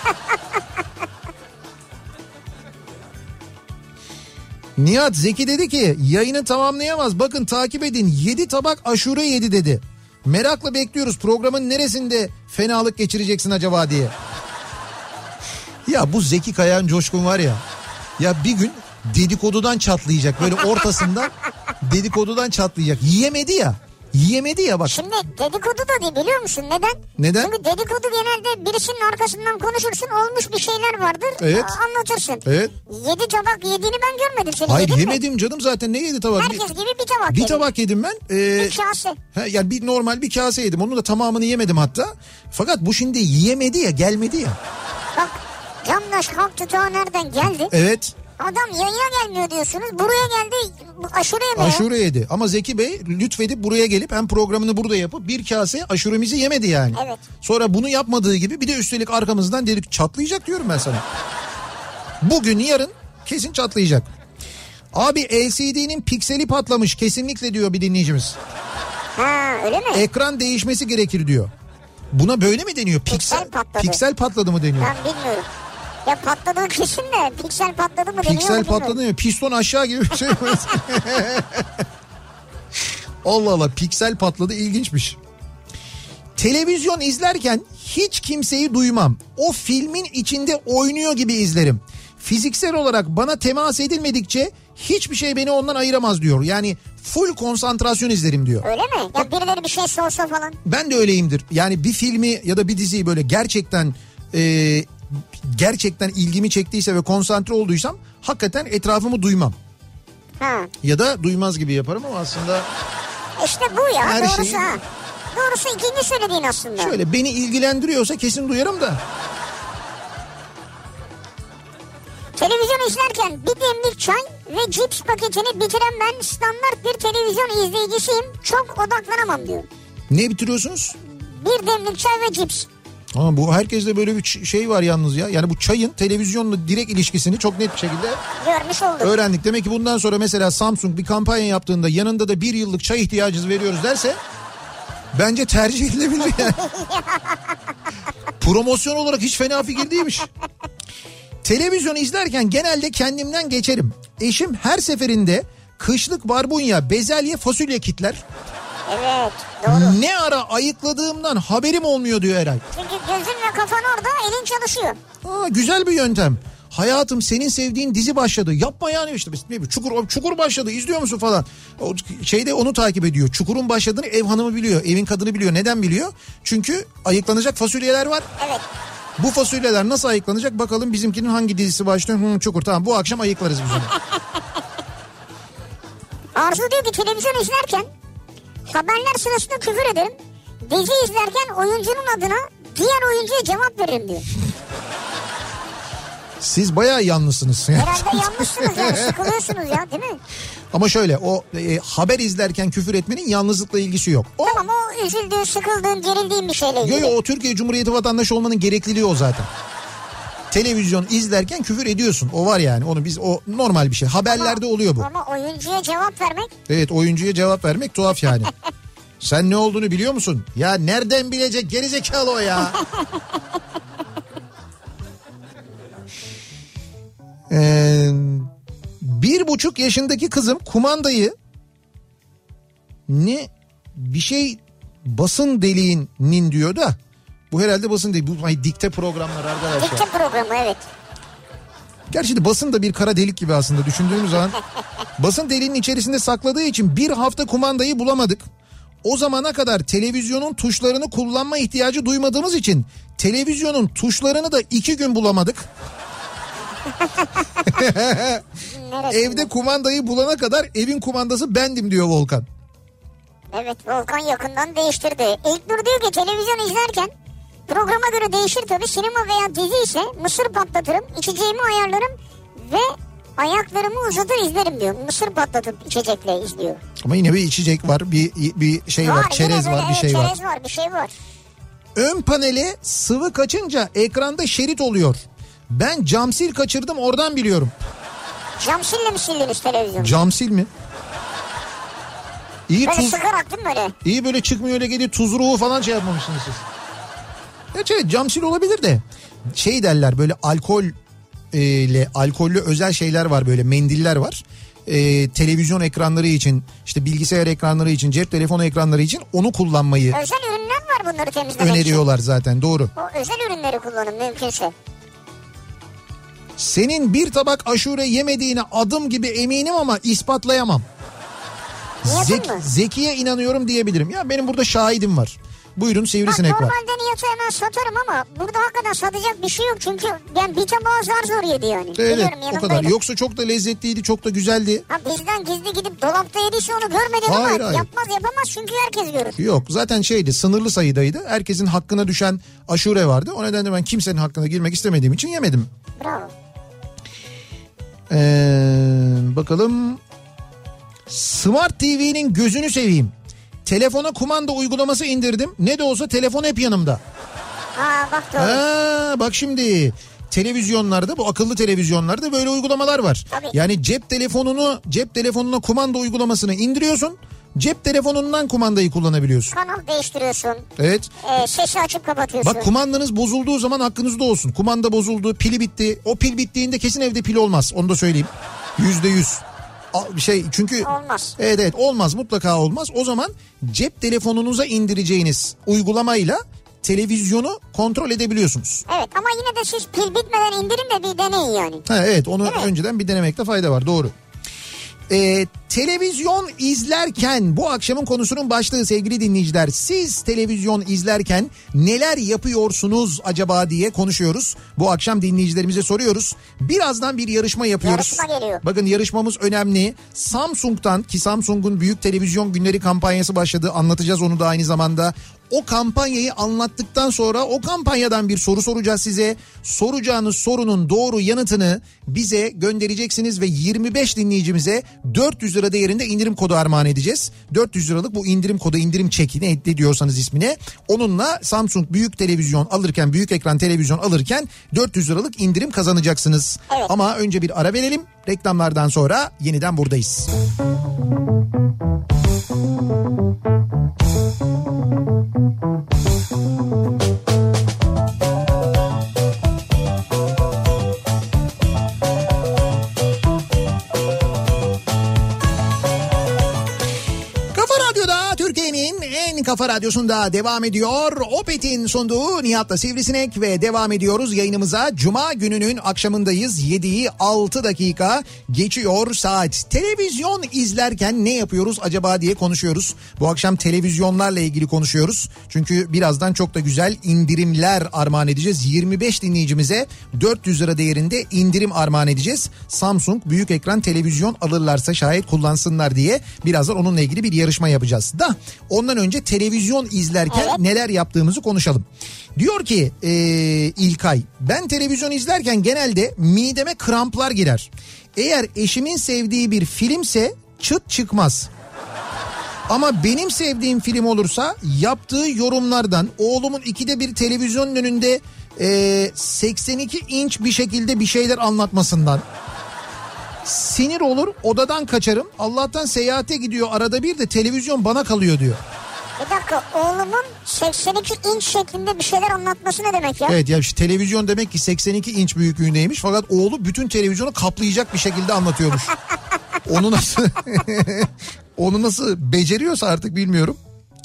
Nihat, Zeki dedi ki yayını tamamlayamaz, bakın takip edin, yedi tabak aşure yedi dedi. Merakla bekliyoruz, programın neresinde fenalık geçireceksin acaba diye. Ya bu Zeki Kayan Coşkun var ya, ya bir gün dedikodudan çatlayacak, böyle ortasında dedikodudan çatlayacak. Yiyemedi ya. Yiyemedi ya bak. Şimdi dedikodu da değil, biliyor musun? Neden? Neden? Çünkü dedikodu genelde birisinin arkasından konuşursun, olmuş bir şeyler vardır. Evet. a- Anlatırsın. Evet. Yedi tabak yediğini ben görmedim. Seni Hayır yedin mi? yemedim canım, zaten ne yedi tabak? Herkes gibi bir tabak Bir yedi. tabak yedim ben. Ee, Bir kase. he, yani bir normal bir kase yedim. Onun da tamamını yemedim hatta. Fakat bu şimdi yiyemedi ya, gelmedi ya. Bak, Candaş kalktı ta nereden geldi? Evet. Adam yayına gelmiyor diyorsunuz. Buraya geldi aşure yemeye. Aşure yedi. Ama Zeki Bey lütfedip buraya gelip hem programını burada yapıp bir kase aşuremizi yemedi yani. Evet. Sonra bunu yapmadığı gibi bir de üstelik arkamızdan dedik çatlayacak diyorum ben sana. Bugün yarın kesin çatlayacak. Abi L C D'nin pikseli patlamış kesinlikle diyor bir dinleyicimiz. Ha, öyle mi? Ekran değişmesi gerekir diyor. Buna böyle mi deniyor? Piksel Piksel, patladı. piksel patladı mı deniyor? Ben bilmiyorum. Ya patladığı kesin de piksel patladı mı deniyor mu Piksel bilmiyorum. patladı mı? Piston aşağı gibi bir şey. Allah Allah, piksel patladı, ilginçmiş. Televizyon izlerken hiç kimseyi duymam. O filmin içinde oynuyor gibi izlerim. Fiziksel olarak bana temas edilmedikçe hiçbir şey beni ondan ayıramaz diyor. Yani full konsantrasyon izlerim diyor. Öyle mi? Ya birileri bir şey sorsa falan. Ben de öyleyimdir. Yani bir filmi ya da bir diziyi böyle gerçekten e, gerçekten ilgimi çektiyse ve konsantre olduysam hakikaten etrafımı duymam. Ha. Ya da duymaz gibi yaparım ama aslında İşte bu ya, Her doğrusu şeyi- ha. Doğrusu ikinci söylediğin aslında. şöyle beni ilgilendiriyorsa kesin duyarım da. Televizyon izlerken bir demlik çay ve cips paketini bitiren ben standart bir televizyon izleyicisiyim. Çok odaklanamam diyor. Ne bitiriyorsunuz? Bir demlik çay ve cips. Ama bu herkeste böyle bir ç- şey var yalnız ya. Yani bu çayın televizyonla direkt ilişkisini çok net bir şekilde Görmüş olduk. öğrendik. Demek ki bundan sonra mesela Samsung bir kampanya yaptığında yanında da bir yıllık çay ihtiyacınız veriyoruz derse bence tercih edilebilir yani. Promosyon olarak hiç fena fikir değilmiş. Televizyon izlerken genelde kendimden geçerim. Eşim her seferinde kışlık barbunya, bezelye, fasulye kitler. Evet, doğru. Ne ara ayıkladığımdan haberim olmuyor diyor Eray. Çünkü gözün ve kafan orada, elin çalışıyor. Aa, güzel bir yöntem. Hayatım senin sevdiğin dizi başladı. Yapma yani işte. Ne bileyim, Çukur, Çukur başladı, izliyor musun falan. O şeyde onu takip ediyor. Çukur'un başladığını ev hanımı biliyor. Evin kadını biliyor. Neden biliyor? Çünkü ayıklanacak fasulyeler var. Evet. Bu fasulyeler nasıl ayıklanacak? Bakalım bizimkinin hangi dizisi başlıyor? Hı, Çukur, tamam, bu akşam ayıklarız biz onu. Arzu diyor ki televizyon izlerken haberler sırasında küfür ederim. Dizi izlerken oyuncunun adına diğer oyuncuya cevap veririm diyor. Siz bayağı yanlısınız. Herhalde yanlışsınız yani, sıkılıyorsunuz ya, değil mi? Ama şöyle o e, haber izlerken küfür etmenin yalnızlıkla ilgisi yok. O, Tamam o üzüldüğün, sıkıldığın, gerildiğin bir şeyle ilgili. Yo yo o Türkiye Cumhuriyeti vatandaşı olmanın gerekliliği o zaten. Televizyon izlerken küfür ediyorsun. O var yani. Onu biz o normal bir şey. Haberlerde ama, oluyor bu. Ama oyuncuya cevap vermek. Evet oyuncuya cevap vermek tuhaf yani. Sen ne olduğunu biliyor musun? Ya nereden bilecek gerizekalı o ya. ee, bir buçuk yaşındaki kızım kumandayı ne bir şey basın deliğinin diyor da bu herhalde basın deliği. Bu ay, dikte programlar arkadaşlar. Dikte programı evet. Gerçi de basın da bir kara delik gibi aslında düşündüğümüz zaman. Basın deliğinin içerisinde sakladığı için bir hafta kumandayı bulamadık. O zamana kadar televizyonun tuşlarını kullanma ihtiyacı duymadığımız için televizyonun tuşlarını da iki gün bulamadık. Evde kumandayı bulana kadar evin kumandası bendim diyor Volkan. Evet Volkan yakından değiştirdi. İlknur diyor ki televizyon izlerken programa göre değişir tabii. Sinema veya dizi ise mısır patlatırım, içeceğimi ayarlarım ve ayaklarımı uzatır izlerim diyor. Mısır patlatıp içecekle izliyor. Ama yine bir içecek var, bir bir şey var, var çerez var, bir şey evet, var. Çerez var, bir şey var. Ön panele sıvı kaçınca ekranda şerit oluyor. Ben camsil kaçırdım oradan biliyorum. Camsille mi sildiniz televizyonu? Camsil mi? İyi böyle tuz, sıkarak değil mi böyle? İyi böyle çıkmıyor öyle geliyor tuzruğu falan şey yapmamışsınız siz. Evet evet camsil olabilir de şey derler böyle alkol ile alkollü özel şeyler var böyle mendiller var. Ee, televizyon ekranları için işte bilgisayar ekranları için cep telefonu ekranları için onu kullanmayı özel ürünler var bunları temizlemek öneriyorlar için. Zaten doğru. O özel ürünleri kullanın mümkünse. Senin bir tabak aşure yemediğine adım gibi eminim ama ispatlayamam. Zek, Zeki'ye inanıyorum diyebilirim. Ya benim burada şahidim var. Buyurun sivrisinek var. Normalde niyatı hemen satarım ama burada hakikaten satacak bir şey yok. Çünkü ben bir tabağı zar zor yedi yani. Evet o kadar. Yoksa çok da lezzetliydi, çok da güzeldi. Ha, bizden gizli gidip dolapta yediyse onu görmedin hayır, ama hayır. yapmaz yapamaz çünkü herkes görür. Yok zaten şeydi sınırlı sayıdaydı. Herkesin hakkına düşen aşure vardı. O nedenle ben kimsenin hakkına girmek istemediğim için yemedim. Bravo. Ee, bakalım. Smart T V'nin gözünü seveyim. Telefona kumanda uygulaması indirdim. Ne de olsa telefon hep yanımda. Ha bak doğru. Ha, bak şimdi televizyonlarda bu akıllı televizyonlarda böyle uygulamalar var. Tabii. Yani cep telefonunu cep telefonuna kumanda uygulamasını indiriyorsun. Cep telefonundan kumandayı kullanabiliyorsun. Kanal değiştiriyorsun. Evet. Ee, sesi açıp kapatıyorsun. Bak kumandanız bozulduğu zaman hakkınızda olsun. Kumanda bozuldu, pili bitti. O pil bittiğinde kesin evde pil olmaz. Onu da söyleyeyim. Yüzde yüz. Bir şey çünkü olmaz. Evet evet olmaz mutlaka olmaz. O zaman cep telefonunuza indireceğiniz uygulamayla televizyonu kontrol edebiliyorsunuz. Evet ama yine de siz pil bitmeden indirin de bir deneyin yani. Ha, evet onu önceden bir denemekte fayda var doğru. Ee, televizyon izlerken bu akşamın konusunun başlığı sevgili dinleyiciler. Siz televizyon izlerken neler yapıyorsunuz acaba diye konuşuyoruz. Bu akşam dinleyicilerimize soruyoruz. Birazdan bir yarışma yapıyoruz. Yarışma geliyor. Bakın yarışmamız önemli. Samsung'dan ki Samsung'un büyük televizyon günleri kampanyası başladı. Anlatacağız onu da aynı zamanda. O kampanyayı anlattıktan sonra o kampanyadan bir soru soracağız size. Soracağınız sorunun doğru yanıtını bize göndereceksiniz ve yirmi beş dinleyicimize dört yüz lira değerinde indirim kodu armağan edeceğiz. dört yüz liralık bu indirim kodu, indirim çeki ne diyorsanız ismine. Onunla Samsung büyük televizyon alırken, büyük ekran televizyon alırken dört yüz liralık indirim kazanacaksınız. Evet. Ama önce bir ara verelim. Reklamlardan sonra yeniden buradayız. Kafa Radyosu'nda devam ediyor. Opet'in sunduğu Nihat'la Sivrisinek ve devam ediyoruz yayınımıza. Cuma gününün akşamındayız. yediyi altı dakika geçiyor saat. Televizyon izlerken ne yapıyoruz acaba diye konuşuyoruz. Bu akşam televizyonlarla ilgili konuşuyoruz. Çünkü birazdan çok da güzel indirimler armağan edeceğiz. yirmi beş dinleyicimize dört yüz lira değerinde indirim armağan edeceğiz. Samsung büyük ekran televizyon alırlarsa şayet kullansınlar diye birazdan onunla ilgili bir yarışma yapacağız. Da ondan önce televizyon izlerken evet. neler yaptığımızı konuşalım. Diyor ki e, İlkay, ben televizyon izlerken genelde mideme kramplar girer. Eğer eşimin sevdiği bir filmse çıt çıkmaz. Ama benim sevdiğim film olursa yaptığı yorumlardan, oğlumun ikide bir televizyonun önünde e, seksen iki inç bir şekilde bir şeyler anlatmasından sinir olur, odadan kaçarım. Allah'tan seyahate gidiyor arada bir de televizyon bana kalıyor diyor. Bir dakika, oğlumun seksen iki inç şeklinde bir şeyler anlatması ne demek ya? Evet ya işte televizyon demek ki seksen iki inç büyüklüğündeymiş fakat oğlu bütün televizyonu kaplayacak bir şekilde anlatıyormuş. Onu nasıl onu nasıl beceriyorsa artık bilmiyorum.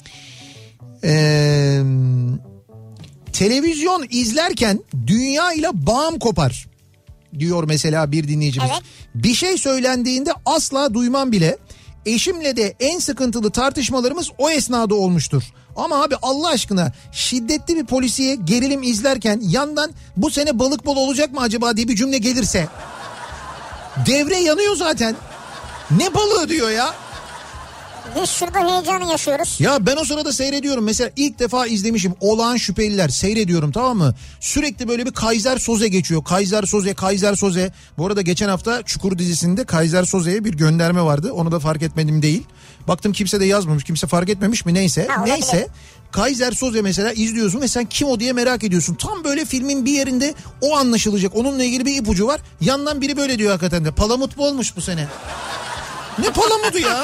Ee, televizyon izlerken dünya ile bağım kopar diyor mesela bir dinleyicimiz. Evet. Bir şey söylendiğinde asla duymam bile. Eşimle de en sıkıntılı tartışmalarımız o esnada olmuştur. Ama abi Allah aşkına şiddetli bir polisiye gerilim izlerken yandan bu sene balık bol olacak mı acaba diye bir cümle gelirse devre yanıyor zaten. Ne balığı diyor ya. Biz şurada heyecanı yaşıyoruz. Ya ben o sırada seyrediyorum. Mesela ilk defa izlemişim. Olağan Şüpheliler seyrediyorum, tamam mı? Sürekli böyle bir Kaiser Soze geçiyor. Kaiser Soze, Kaiser Soze. Bu arada geçen hafta Çukur dizisinde Kaiser Soze'ye bir gönderme vardı. Onu da fark etmedim değil. Baktım kimse de yazmamış. Kimse fark etmemiş mi? Neyse. Ha, Neyse. Kaiser Soze mesela izliyorsun ve sen kim o diye merak ediyorsun. Tam böyle filmin bir yerinde o anlaşılacak. Onunla ilgili bir ipucu var. Yandan biri böyle diyor hakikaten de. Palamut mu olmuş bu sene? Ne palamudu ya?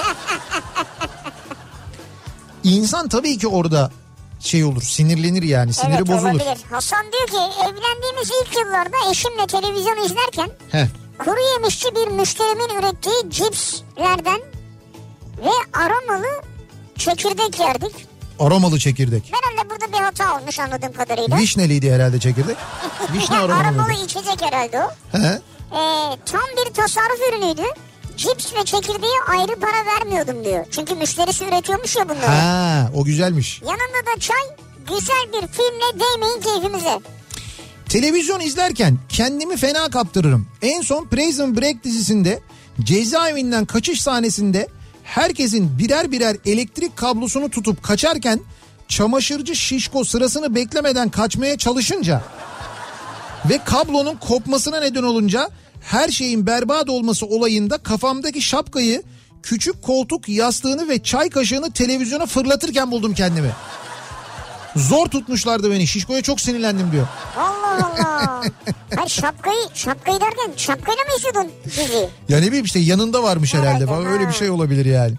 İnsan tabii ki orada şey olur, sinirlenir yani, siniri evet, bozulur. Olabilir. Hasan diyor ki evlendiğimiz ilk yıllarda eşimle televizyon izlerken Heh. kuru yemişçi bir müşterimin ürettiği cipslerden ve aromalı çekirdek yerdik. Aromalı çekirdek. Herhalde burada bir hata olmuş anladığım kadarıyla. Vişneliydi herhalde çekirdek. Vişne aromalı. Aromalı içecek herhalde o. He. Ee, tam bir tasarruf ürünüydü. Cips ve çekirdeğe ayrı para vermiyordum diyor. Çünkü müşterisi üretiyormuş ya bunları. Ha, o güzelmiş. Yanında da çay, güzel bir filmle değmeyin keyfimize. Televizyon izlerken kendimi fena kaptırırım. En son Prison Break dizisinde cezaevinden kaçış sahnesinde herkesin birer birer elektrik kablosunu tutup kaçarken çamaşırcı şişko sırasını beklemeden kaçmaya çalışınca ve kablonun kopmasına neden olunca her şeyin berbat olması olayında kafamdaki şapkayı, küçük koltuk yastığını ve çay kaşığını televizyona fırlatırken buldum kendimi. Zor tutmuşlardı beni. Şişko'ya çok sinirlendim diyor. Allah Allah. Hayır şapkayı, şapkayı derken şapkayla mı izliyordun diziyi? Ya ne bileyim işte yanında varmış herhalde. Herhalde, Öyle ha. bir şey olabilir yani.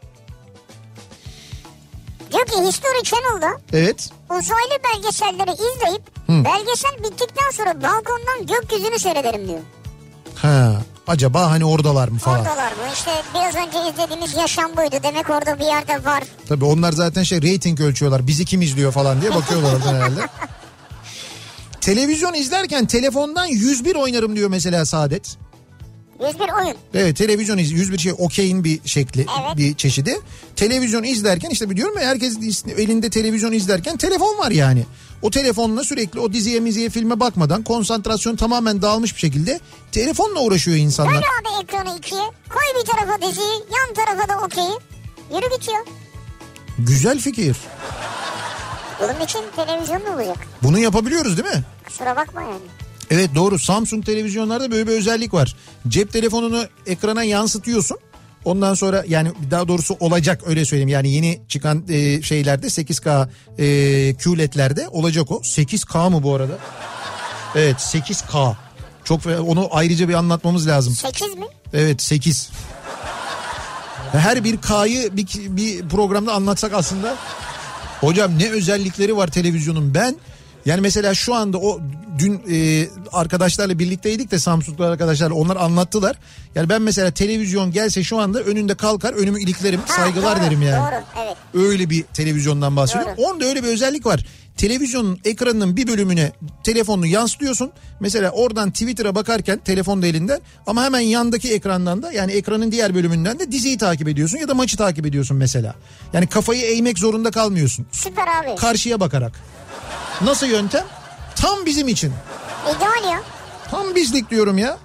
Diyor ki History Channel'da Evet. uzaylı belgeselleri izleyip Hı. belgesel bittikten sonra balkondan gökyüzünü seyrederim diyor. Ha, acaba hani oradalar mı falan. Oradalar mı? İşte biraz önce izlediğimiz yaşam buydu. Demek orada bir yerde var. Tabii onlar zaten şey reyting ölçüyorlar. Bizi kim izliyor falan diye bakıyorlar oradan herhalde. Televizyon izlerken telefondan yüz bir oynarım diyor mesela Saadet. yüz bir oyun. Evet, televizyon iz yüz bir şey okeyin bir şekli, Evet. bir çeşidi. Televizyon izlerken işte biliyorum ya herkes elinde televizyon izlerken telefon var yani. O telefonla sürekli o diziye miziye filme bakmadan konsantrasyon tamamen dağılmış bir şekilde telefonla uğraşıyor insanlar. Böyle abi ekranı ikiye. Koy bir tarafa diziyi, yan tarafa da okeyi. Yürü bitiyor. Güzel fikir. Bunun için televizyon mu olacak? Bunu yapabiliyoruz değil mi? Kusura bakma yani. Evet doğru, Samsung televizyonlarda böyle bir özellik var. Cep telefonunu ekrana yansıtıyorsun. Ondan sonra yani daha doğrusu olacak öyle söyleyeyim. Yani yeni çıkan e, şeylerde sekiz K e, Q L E D'lerde olacak o. sekiz K mı bu arada? Evet sekiz K. Çok onu ayrıca bir anlatmamız lazım. sekiz mi? Evet sekiz. Her bir K'yı bir, bir programda anlatsak aslında. Hocam ne özellikleri var televizyonun. Ben yani mesela şu anda o dün e, arkadaşlarla birlikteydik de Samsung'lu arkadaşlarla onlar anlattılar. Yani ben mesela televizyon gelse şu anda önünde kalkar önümü iliklerim Ha, saygılar doğru, derim yani. Doğru evet. Öyle bir televizyondan bahsediyorum. Doğru. Onda öyle bir özellik var. Televizyonun ekranının bir bölümüne telefonunu yansıtıyorsun. Mesela oradan Twitter'a bakarken telefonda elinden ama hemen yandaki ekrandan da yani ekranın diğer bölümünden de diziyi takip ediyorsun ya da maçı takip ediyorsun mesela. Yani kafayı eğmek zorunda kalmıyorsun. Süper abi. Karşıya bakarak. Nasıl yöntem? Tam bizim için. İdeal ya. Tam bizlik diyorum ya.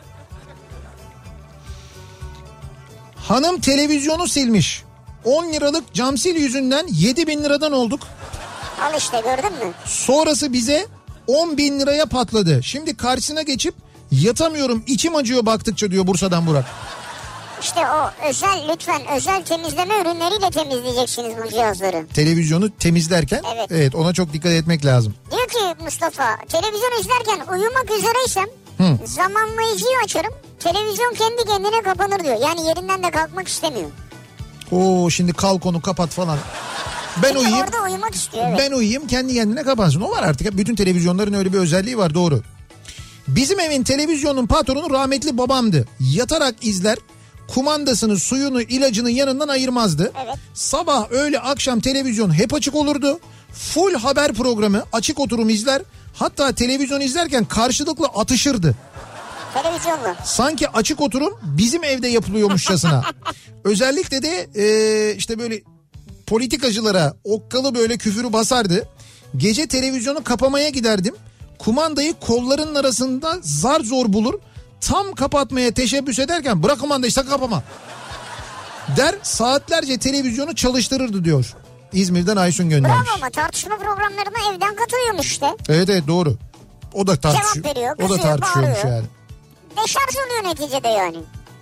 Hanım televizyonu silmiş. on liralık cam sil yüzünden yedi bin liradan olduk. Al işte gördün mü? Sonrası bize on bin liraya patladı. Şimdi karşısına geçip yatamıyorum içim acıyor baktıkça diyor Bursa'dan Burak. İşte o özel lütfen özel temizleme ürünleriyle temizleyeceksiniz bu cihazları. Televizyonu temizlerken evet. evet ona çok dikkat etmek lazım. Diyor ki Mustafa, televizyon izlerken uyumak üzereysem Hı. zamanlayıcıyı açarım. Televizyon kendi kendine kapanır diyor. Yani yerinden de kalkmak istemiyor. Oo şimdi kalk onu kapat falan. Ben Çünkü uyuyayım. Orada uyumak istiyor. Evet. Ben uyuyayım kendi kendine kapansın. O var artık. Bütün televizyonların öyle bir özelliği var, doğru. Bizim evin televizyonun patronu rahmetli babamdı. Yatarak izler. Kumandasını, suyunu, ilacını yanından ayırmazdı. Evet. Sabah, öğle, akşam televizyon hep açık olurdu. Full haber programı, açık oturum izler. Hatta televizyon izlerken karşılıklı atışırdı. Televizyonla. Sanki açık oturum bizim evde yapılıyormuşçasına. Özellikle de e, işte böyle politikacılara okkalı böyle küfürü basardı. Gece televizyonu kapamaya giderdim. Kumandayı kollarının arasında zar zor bulur. Tam kapatmaya teşebbüs ederken bırak kumandayı, sakın kapama der, saatlerce televizyonu çalıştırırdı diyor. İzmir'den Aysun göndermiş. Bravo, ama tartışma programlarına evden katılıyormuş işte. Evet evet doğru. O da tartışıyor. Cevap veriyor, kızıyor, o da tartışıyormuş bağırıyor. yani. Deşarj oluyor neticede yani.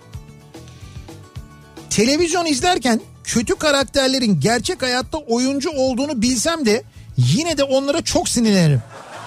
Televizyon izlerken kötü karakterlerin gerçek hayatta oyuncu olduğunu bilsem de yine de onlara çok sinirlenirim.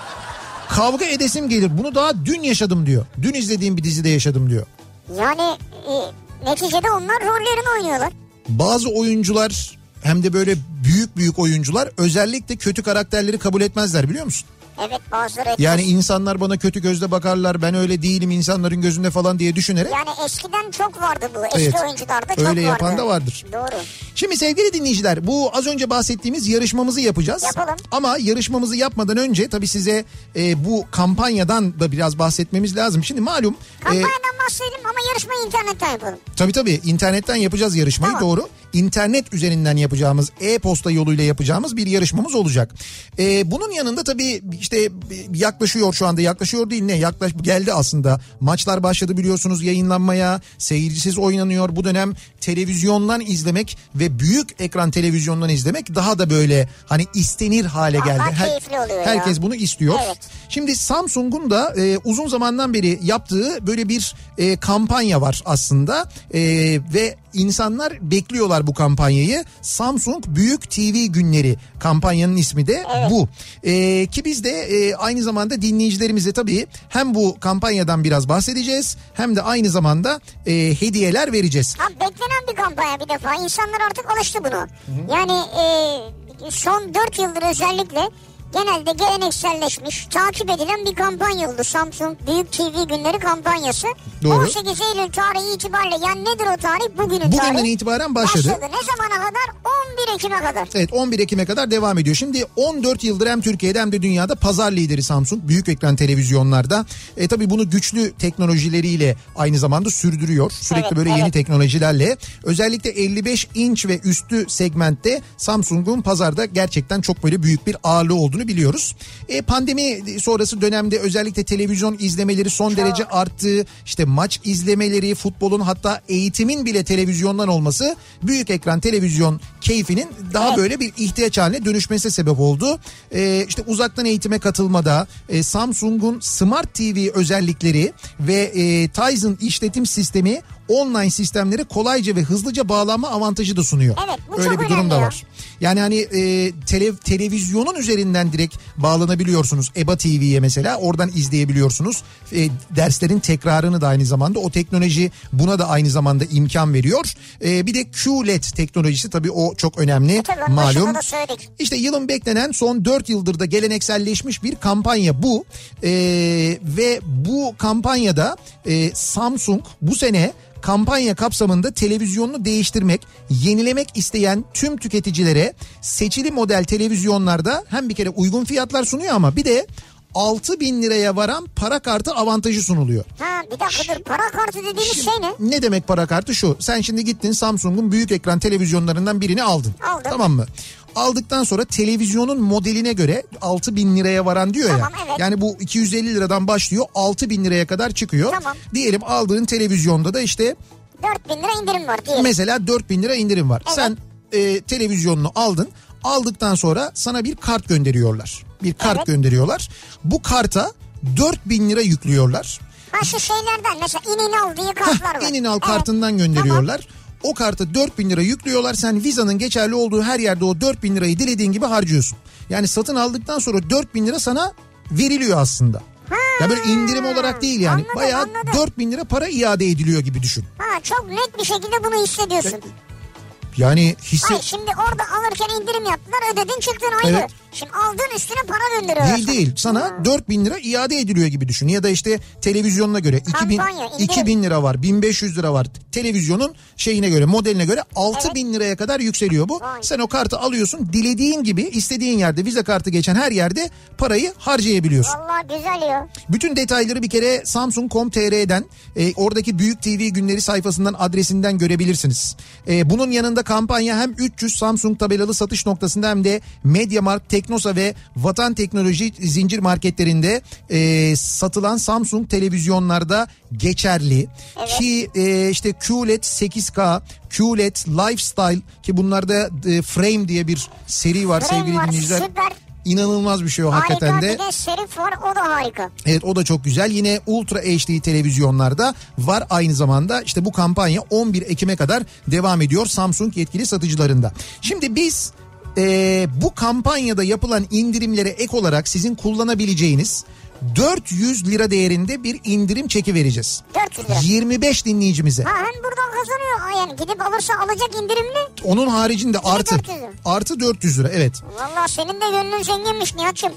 Kavga edesim gelir. Bunu daha dün yaşadım diyor. Dün izlediğim bir dizide yaşadım diyor. Yani e, neticede onlar rollerini oynuyorlar. Bazı oyuncular, hem de böyle büyük büyük oyuncular, özellikle kötü karakterleri kabul etmezler, biliyor musun? Evet, bazıları etmez. Yani insanlar bana kötü gözle bakarlar, ben öyle değilim insanların gözünde falan diye düşünerek. Yani eskiden çok vardı bu. Eski evet, oyuncularda çok vardı. öyle yapan da vardır. Doğru. Şimdi sevgili dinleyiciler, bu az önce bahsettiğimiz yarışmamızı yapacağız. Yapalım. Ama yarışmamızı yapmadan önce tabii size e, bu kampanyadan da biraz bahsetmemiz lazım. Şimdi malum. Kampanyadan e, bahsedelim ama yarışmayı internetten yapalım. Tabii tabii internetten yapacağız yarışmayı, tamam. Doğru. İnternet üzerinden yapacağımız, e-posta yoluyla yapacağımız bir yarışmamız olacak. E, bunun yanında tabii işte yaklaşıyor şu anda, yaklaşıyor değil ne yaklaş geldi aslında. Maçlar başladı biliyorsunuz yayınlanmaya, seyircisiz oynanıyor. Bu dönem televizyondan izlemek ve büyük ekran televizyondan izlemek daha da böyle hani istenir hale geldi. Her, keyifli oluyor herkes ya. bunu istiyor. Evet. Şimdi Samsung'un da e, uzun zamandan beri yaptığı böyle bir e, kampanya var aslında e, ve insanlar bekliyorlar bu kampanyayı. Samsung Büyük T V Günleri kampanyanın ismi de evet. bu. E, ki biz de e, aynı zamanda dinleyicilerimize tabii hem bu kampanyadan biraz bahsedeceğiz hem de aynı zamanda e, hediyeler vereceğiz. Abi beklenen bir kampanya bir defa. İnsanlar artık alıştı buna. Hı hı. Yani e, son dört yıldır özellikle genelde gelenekselleşmiş, takip edilen bir kampanya oldu. Samsung Büyük T V Günleri kampanyası. Doğru. on sekiz Eylül tarihi itibariyle, yani nedir o tarih? Bugünün Bugünden tarihi. Bugünden itibaren başladı. Başladı. Ne zamana kadar? on bir Ekim'e kadar. Evet, on bir Ekim'e kadar devam ediyor. Şimdi on dört yıldır hem Türkiye'de hem de dünyada pazar lideri Samsung büyük ekran televizyonlarda. E tabii bunu güçlü teknolojileriyle aynı zamanda sürdürüyor. Sürekli evet, böyle evet. yeni teknolojilerle. Özellikle elli beş inç ve üstü segmentte Samsung'un pazarda gerçekten çok böyle büyük bir ağırlığı olduğunu biliyoruz. E, pandemi sonrası dönemde özellikle televizyon izlemeleri son derece arttı. İşte maç izlemeleri, futbolun, hatta eğitimin bile televizyondan olması büyük ekran televizyon keyfinin daha evet. böyle bir ihtiyaç haline dönüşmesine sebep oldu. E, işte uzaktan eğitime katılmada e, Samsung'un Smart T V özellikleri ve e, Tizen işletim sistemi online sistemleri kolayca ve hızlıca bağlanma avantajı da sunuyor. Evet, bu öyle çok bir durum da ya. var. Yani hani e, tele, televizyonun üzerinden direkt bağlanabiliyorsunuz. E B A T V'ye mesela, oradan izleyebiliyorsunuz. E, derslerin tekrarını da aynı zamanda, o teknoloji buna da aynı zamanda imkan veriyor. E, bir de Q L E D teknolojisi, tabii o çok önemli. E, tabii, malum. İşte yılın beklenen, son dört yıldır da gelenekselleşmiş bir kampanya bu. E, ve bu kampanyada e, Samsung bu sene kampanya kapsamında televizyonunu değiştirmek, yenilemek isteyen tüm tüketicilere seçili model televizyonlarda hem bir kere uygun fiyatlar sunuyor ama bir de altı bin liraya varan para kartı avantajı sunuluyor. Ha bir dakika dur, para kartı dediğimiz şimdi, şey ne? Ne demek para kartı? Şu, sen şimdi gittin Samsung'un büyük ekran televizyonlarından birini aldın. Aldım. Tamam mı? Aldıktan sonra televizyonun modeline göre altı bin liraya varan diyor tamam, ya. Evet. Yani bu iki yüz elli liradan başlıyor, altı bin liraya kadar çıkıyor. Tamam. Diyelim aldığın televizyonda da işte dört bin lira indirim var diyelim. Mesela dört bin lira indirim var. Evet. Sen e, televizyonunu aldın. Aldıktan sonra sana bir kart gönderiyorlar. Bir kart evet. gönderiyorlar. Bu karta dört bin lira yüklüyorlar. Ha şu şeylerden mesela inin al diye kartlar var. İnin al Evet. kartından gönderiyorlar. O kartı dört bin lira yüklüyorlar. Sen Visa'nın geçerli olduğu her yerde o dört bin lirayı dilediğin gibi harcıyorsun. Yani satın aldıktan sonra dört bin lira sana veriliyor aslında. Ha, ya böyle indirim olarak değil yani. anladım, Bayağı anladım. dört bin lira para iade ediliyor gibi düşün. Ha çok net bir şekilde bunu hissediyorsun. Yani hisse... Hayır şimdi orada alırken indirim yaptılar ödedin çıktın ayrı. Evet. Şimdi aldığın üstüne para gönderiyorlar. Değil değil sana Hmm. dört bin lira iade ediliyor gibi düşün. Ya da işte televizyonuna göre iki bin, Kampanya, indirim. iki bin lira var, bin beş yüz lira var. Televizyonun şeyine göre, modeline göre altı Evet. bin liraya kadar yükseliyor bu. Vay. Sen o kartı alıyorsun, dilediğin gibi istediğin yerde, Visa kartı geçen her yerde parayı harcayabiliyorsun. Vallahi güzel ya. Bütün detayları bir kere samsung nokta com nokta t r'den e, oradaki Büyük T V günleri sayfasından, adresinden görebilirsiniz. E, bunun yanında kampanya hem üç yüz Samsung tabelalı satış noktasında hem de MediaMarkt, Teknosa ve Vatan Teknoloji zincir marketlerinde e, satılan Samsung televizyonlarda geçerli. Evet. Ki e, işte Q L E D sekiz K, Q L E D Lifestyle ki bunlarda e, Frame diye bir seri var Frame sevgili var, dinleyiciler. süper. İnanılmaz bir şey o Harika, hakikaten de. bir de Serif var o da harika. Evet o da çok güzel. Yine Ultra H D televizyonlarda var aynı zamanda. İşte bu kampanya on bir Ekim'e kadar devam ediyor Samsung yetkili satıcılarında. Şimdi biz e, bu kampanyada yapılan indirimlere ek olarak sizin kullanabileceğiniz dört yüz lira değerinde bir indirim çeki vereceğiz. dört yüz lira. yirmi beş dinleyicimize. Ha hem buradan kazanıyor yani gidip alırsa alacak indirimli. Onun haricinde artı dört yüz lira. artı dört yüz lira evet. Vallahi senin de gönlün zenginmiş Nihat'cığım.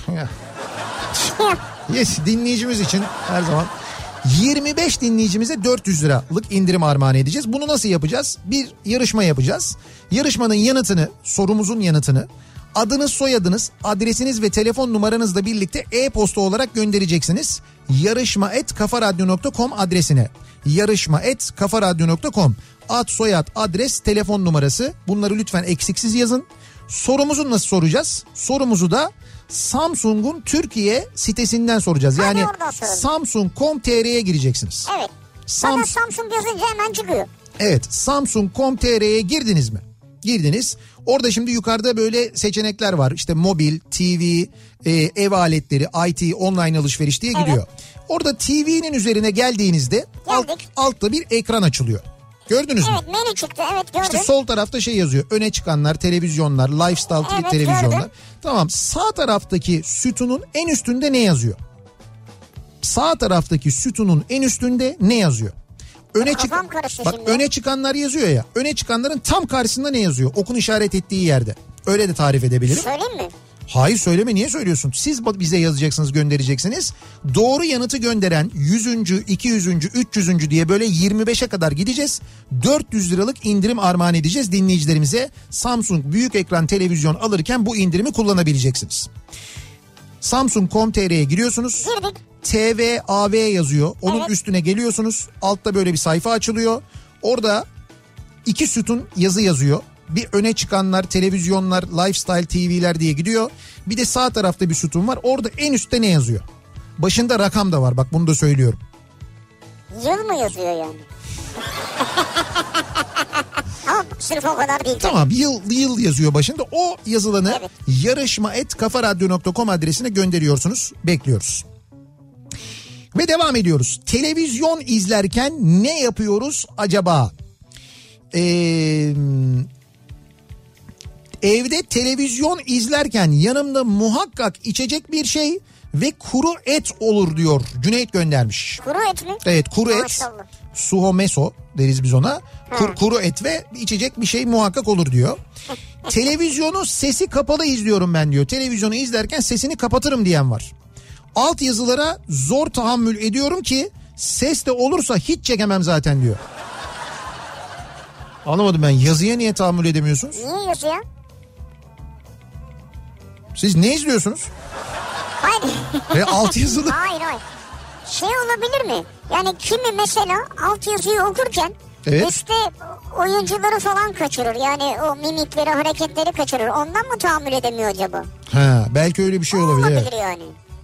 Yes, dinleyicimiz için her zaman yirmi beş dinleyicimize dört yüz liralık indirim armağan edeceğiz. Bunu nasıl yapacağız? Bir yarışma yapacağız. Yarışmanın yanıtını, sorumuzun yanıtını adınız, soyadınız, adresiniz ve telefon numaranızla birlikte e-posta olarak göndereceksiniz. yarışma et kafaradyo nokta com adresine. yarışma et kafaradyo nokta com ad, soyad, adres, telefon numarası, bunları lütfen eksiksiz yazın. Sorumuzu nasıl soracağız? Sorumuzu da Samsung'un Türkiye sitesinden soracağız. Yani samsung nokta com nokta t r'ye gireceksiniz. Evet. Sam- Sana Samsung yazınca hemen çıkıyor. Evet, samsung nokta com nokta t r'ye girdiniz mi? Girdiniz. Orada şimdi yukarıda böyle seçenekler var. İşte mobil, T V, e, ev aletleri, I T, online alışveriş diye gidiyor. Evet. Orada T V'nin üzerine geldiğinizde alt, altta bir ekran açılıyor. Gördünüz mü? Evet, menü çıktı, evet gördüm. İşte sol tarafta şey yazıyor. Öne çıkanlar, televizyonlar, lifestyle evet, televizyonlar. gördüm. Tamam, sağ taraftaki sütunun en üstünde ne yazıyor? Sağ taraftaki sütunun en üstünde ne yazıyor? Öne çık Bak şimdi. öne çıkanlar yazıyor ya. Öne çıkanların tam karşısında ne yazıyor? Okun işaret ettiği yerde. Öyle de tarif edebilirim. Söyleyeyim mi? Hayır söyleme, niye söylüyorsun? Siz bize yazacaksınız, göndereceksiniz. Doğru yanıtı gönderen yüzüncü, iki yüzüncü, üç yüzüncü diye böyle yirmi beşe kadar gideceğiz. dört yüz liralık indirim armağan edeceğiz dinleyicilerimize. Samsung büyük ekran televizyon alırken bu indirimi kullanabileceksiniz. samsung nokta com nokta t r'ye giriyorsunuz. Girdik. T V A V yazıyor. Onun evet. üstüne geliyorsunuz. Altta böyle bir sayfa açılıyor. Orada iki sütun yazı yazıyor. Bir öne çıkanlar, televizyonlar, lifestyle T V'ler diye gidiyor. Bir de sağ tarafta bir sütun var. Orada en üstte ne yazıyor? Başında rakam da var, bak bunu da söylüyorum. Yıl mı yazıyor yani? Ama sırf o kadar değil. Tamam, yıl yıl yazıyor başında. O yazılanı evet. yarışma et kafaradyo nokta com adresine gönderiyorsunuz. Bekliyoruz. Ve devam ediyoruz. Televizyon izlerken ne yapıyoruz acaba? Eee... Evde televizyon izlerken yanımda muhakkak içecek bir şey ve kuru et olur diyor. Cüneyt göndermiş. Kuru et mi? Evet, kuru Maşallah. et. Suho meso deriz biz ona. Kur, kuru et ve içecek bir şey muhakkak olur diyor. Televizyonu sesi kapalı izliyorum ben diyor. Televizyonu izlerken sesini kapatırım diyen var. Alt yazılara zor tahammül ediyorum ki ses de olursa hiç çekemem zaten diyor. Anlamadım ben, yazıya niye tahammül edemiyorsunuz? Niye yazıya? Siz ne izliyorsunuz? Hayır. Ve alt yazılı. Hayır hayır. Şey olabilir mi? Yani kimi mesela alt yazıyı okurken evet. üstte oyuncuları falan kaçırır. Yani o mimikleri, hareketleri kaçırır. Ondan mı tahammül edemiyor acaba? Ha, belki öyle bir şey olabilir. Olabilir evet. yani.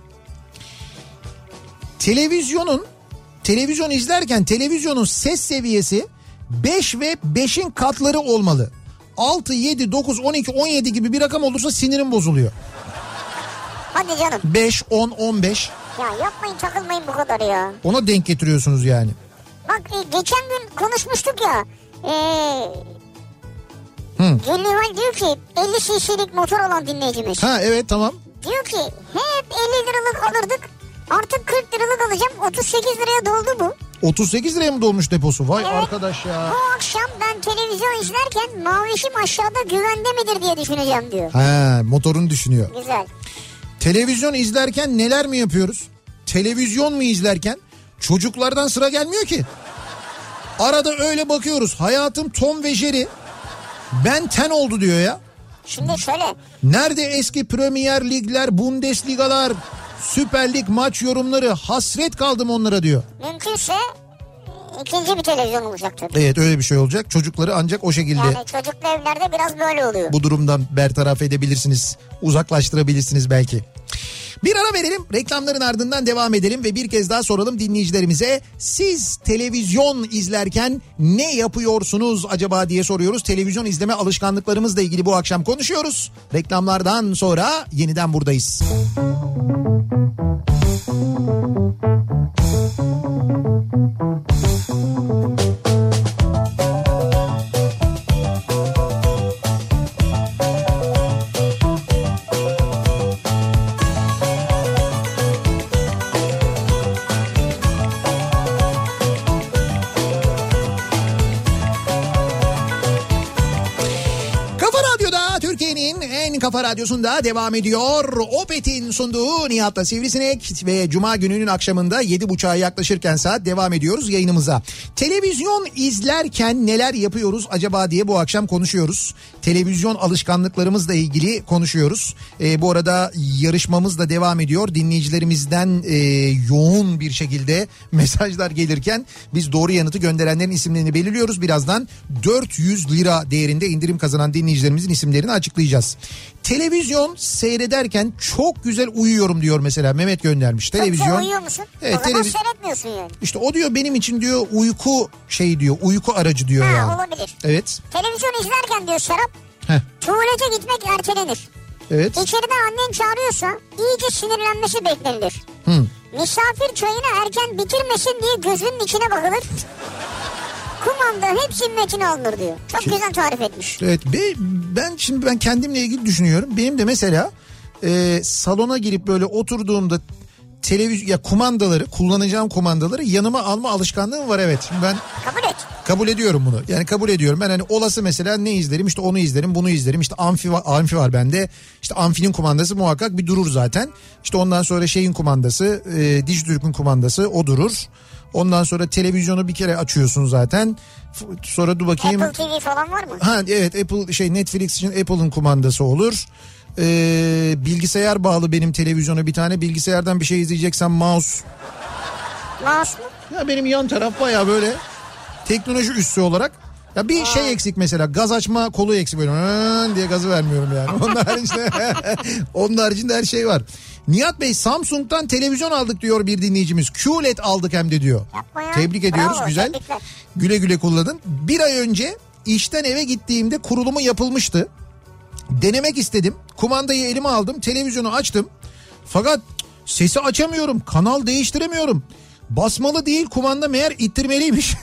Televizyonun, televizyon izlerken televizyonun ses seviyesi beş ve beşin katları olmalı. altı, yedi, dokuz, on iki, on yedi gibi bir rakam olursa sinirim bozuluyor. Hadi canım. beş, on, on beş. Ya yapmayın, takılmayın bu kadar ya. Ona denk getiriyorsunuz yani. Bak e, geçen gün konuşmuştuk ya. Eee... Hı. Gülnival diyor ki elli cc'lik motor olan dinleyicimiz. Ha evet tamam. Diyor ki hep elli liralık alırdık. Artık kırk liralık alacağım. otuz sekiz liraya doldu bu. otuz sekiz liraya mı dolmuş deposu? Vay Evet. Arkadaş ya. Bu akşam ben televizyon izlerken mavişim aşağıda güvende midir diye düşüneceğim diyor. Ha, motorunu düşünüyor. Güzel. Televizyon izlerken neler mi yapıyoruz? Televizyon mu izlerken? Çocuklardan sıra gelmiyor ki. Arada öyle bakıyoruz. Hayatım Tom ve Jerry. Ben ten oldu diyor ya. Şimdi şöyle. Nerede eski Premier Ligler, Bundesligalar, Süper Lig maç yorumları? Hasret kaldım onlara diyor. Mümkünse ikinci bir televizyon olacak tabii. Evet öyle bir şey olacak. Çocukları ancak o şekilde Yani çocuklu evlerde biraz böyle oluyor. bu durumdan bertaraf edebilirsiniz. Uzaklaştırabilirsiniz belki. Bir ara verelim, reklamların ardından devam edelim ve bir kez daha soralım dinleyicilerimize. Siz televizyon izlerken ne yapıyorsunuz acaba diye soruyoruz. Televizyon izleme alışkanlıklarımızla ilgili bu akşam konuşuyoruz. Reklamlardan sonra yeniden buradayız. Kafa Radyosu'nda devam ediyor. Opet'in sunduğu Nihat'la Sivrisinek ve Cuma gününün akşamında yedi buçuğa yaklaşırken saat devam ediyoruz yayınımıza. Televizyon izlerken neler yapıyoruz acaba diye bu akşam konuşuyoruz. Televizyon alışkanlıklarımızla ilgili konuşuyoruz. E, bu arada yarışmamız da devam ediyor. Dinleyicilerimizden e, yoğun bir şekilde mesajlar gelirken biz doğru yanıtı gönderenlerin isimlerini belirliyoruz. Birazdan dört yüz lira değerinde indirim kazanan dinleyicilerimizin isimlerini açıklayacağız. Televizyon seyrederken çok güzel uyuyorum diyor mesela Mehmet göndermiş. Çok televizyon. uyuyor musun? Evet, o zaman televiz- seyretmiyorsun yani. İşte o diyor benim için diyor uyku şey diyor uyku aracı diyor Ha, yani. olabilir. Evet. Televizyon izlerken diyor Serap, Heh. tuvalete gitmek ertelenir. Evet. İçeride annen çağırıyorsa iyice sinirlenmesi beklenir. Hı. Misafir çayını erken bitirmesin diye gözünün içine bakılır. Kumanda hepsinin metini alınır diyor. Çok Şimdi, güzel tarif etmiş. Evet ben şimdi ben kendimle ilgili düşünüyorum. Benim de mesela e, salona girip böyle oturduğumda televizyon ya kumandaları kullanacağım kumandaları yanıma alma alışkanlığım var evet. Şimdi ben kabul et. Kabul ediyorum bunu. Yani kabul ediyorum. Ben hani olası mesela ne izlerim? İşte onu izlerim, bunu izlerim. İşte amfi var, amfi var bende. İşte amfinin kumandası muhakkak bir durur zaten. İşte ondan sonra şeyin kumandası, e, Dijitürk'ün kumandası o durur. Ondan sonra televizyonu bir kere açıyorsun zaten. Sonra dur bakayım. Apple T V falan var mı? Ha evet Apple şey Netflix için Apple'ın kumandası olur. Ee, bilgisayar bağlı benim televizyona bir tane bilgisayardan bir şey izleyeceksem mouse. Mouse mu? Ya benim yan taraf baya böyle teknoloji üssü olarak. Ya bir Aa. şey eksik mesela gaz açma kolu eksik böyle Hıı diye gazı vermiyorum yani. Onun haricinde, onun haricinde her şey var. Nihat Bey Samsung'dan televizyon aldık diyor bir dinleyicimiz. Q L E D aldık hem de diyor. Tebrik ediyoruz Bravo, güzel. tebrikler. Güle güle kullanın. Bir ay önce işten eve gittiğimde kurulumu yapılmıştı. Denemek istedim. Kumandayı elime aldım. Televizyonu açtım. Fakat sesi açamıyorum. Kanal değiştiremiyorum. Basmalı değil kumanda meğer ittirmeliymiş.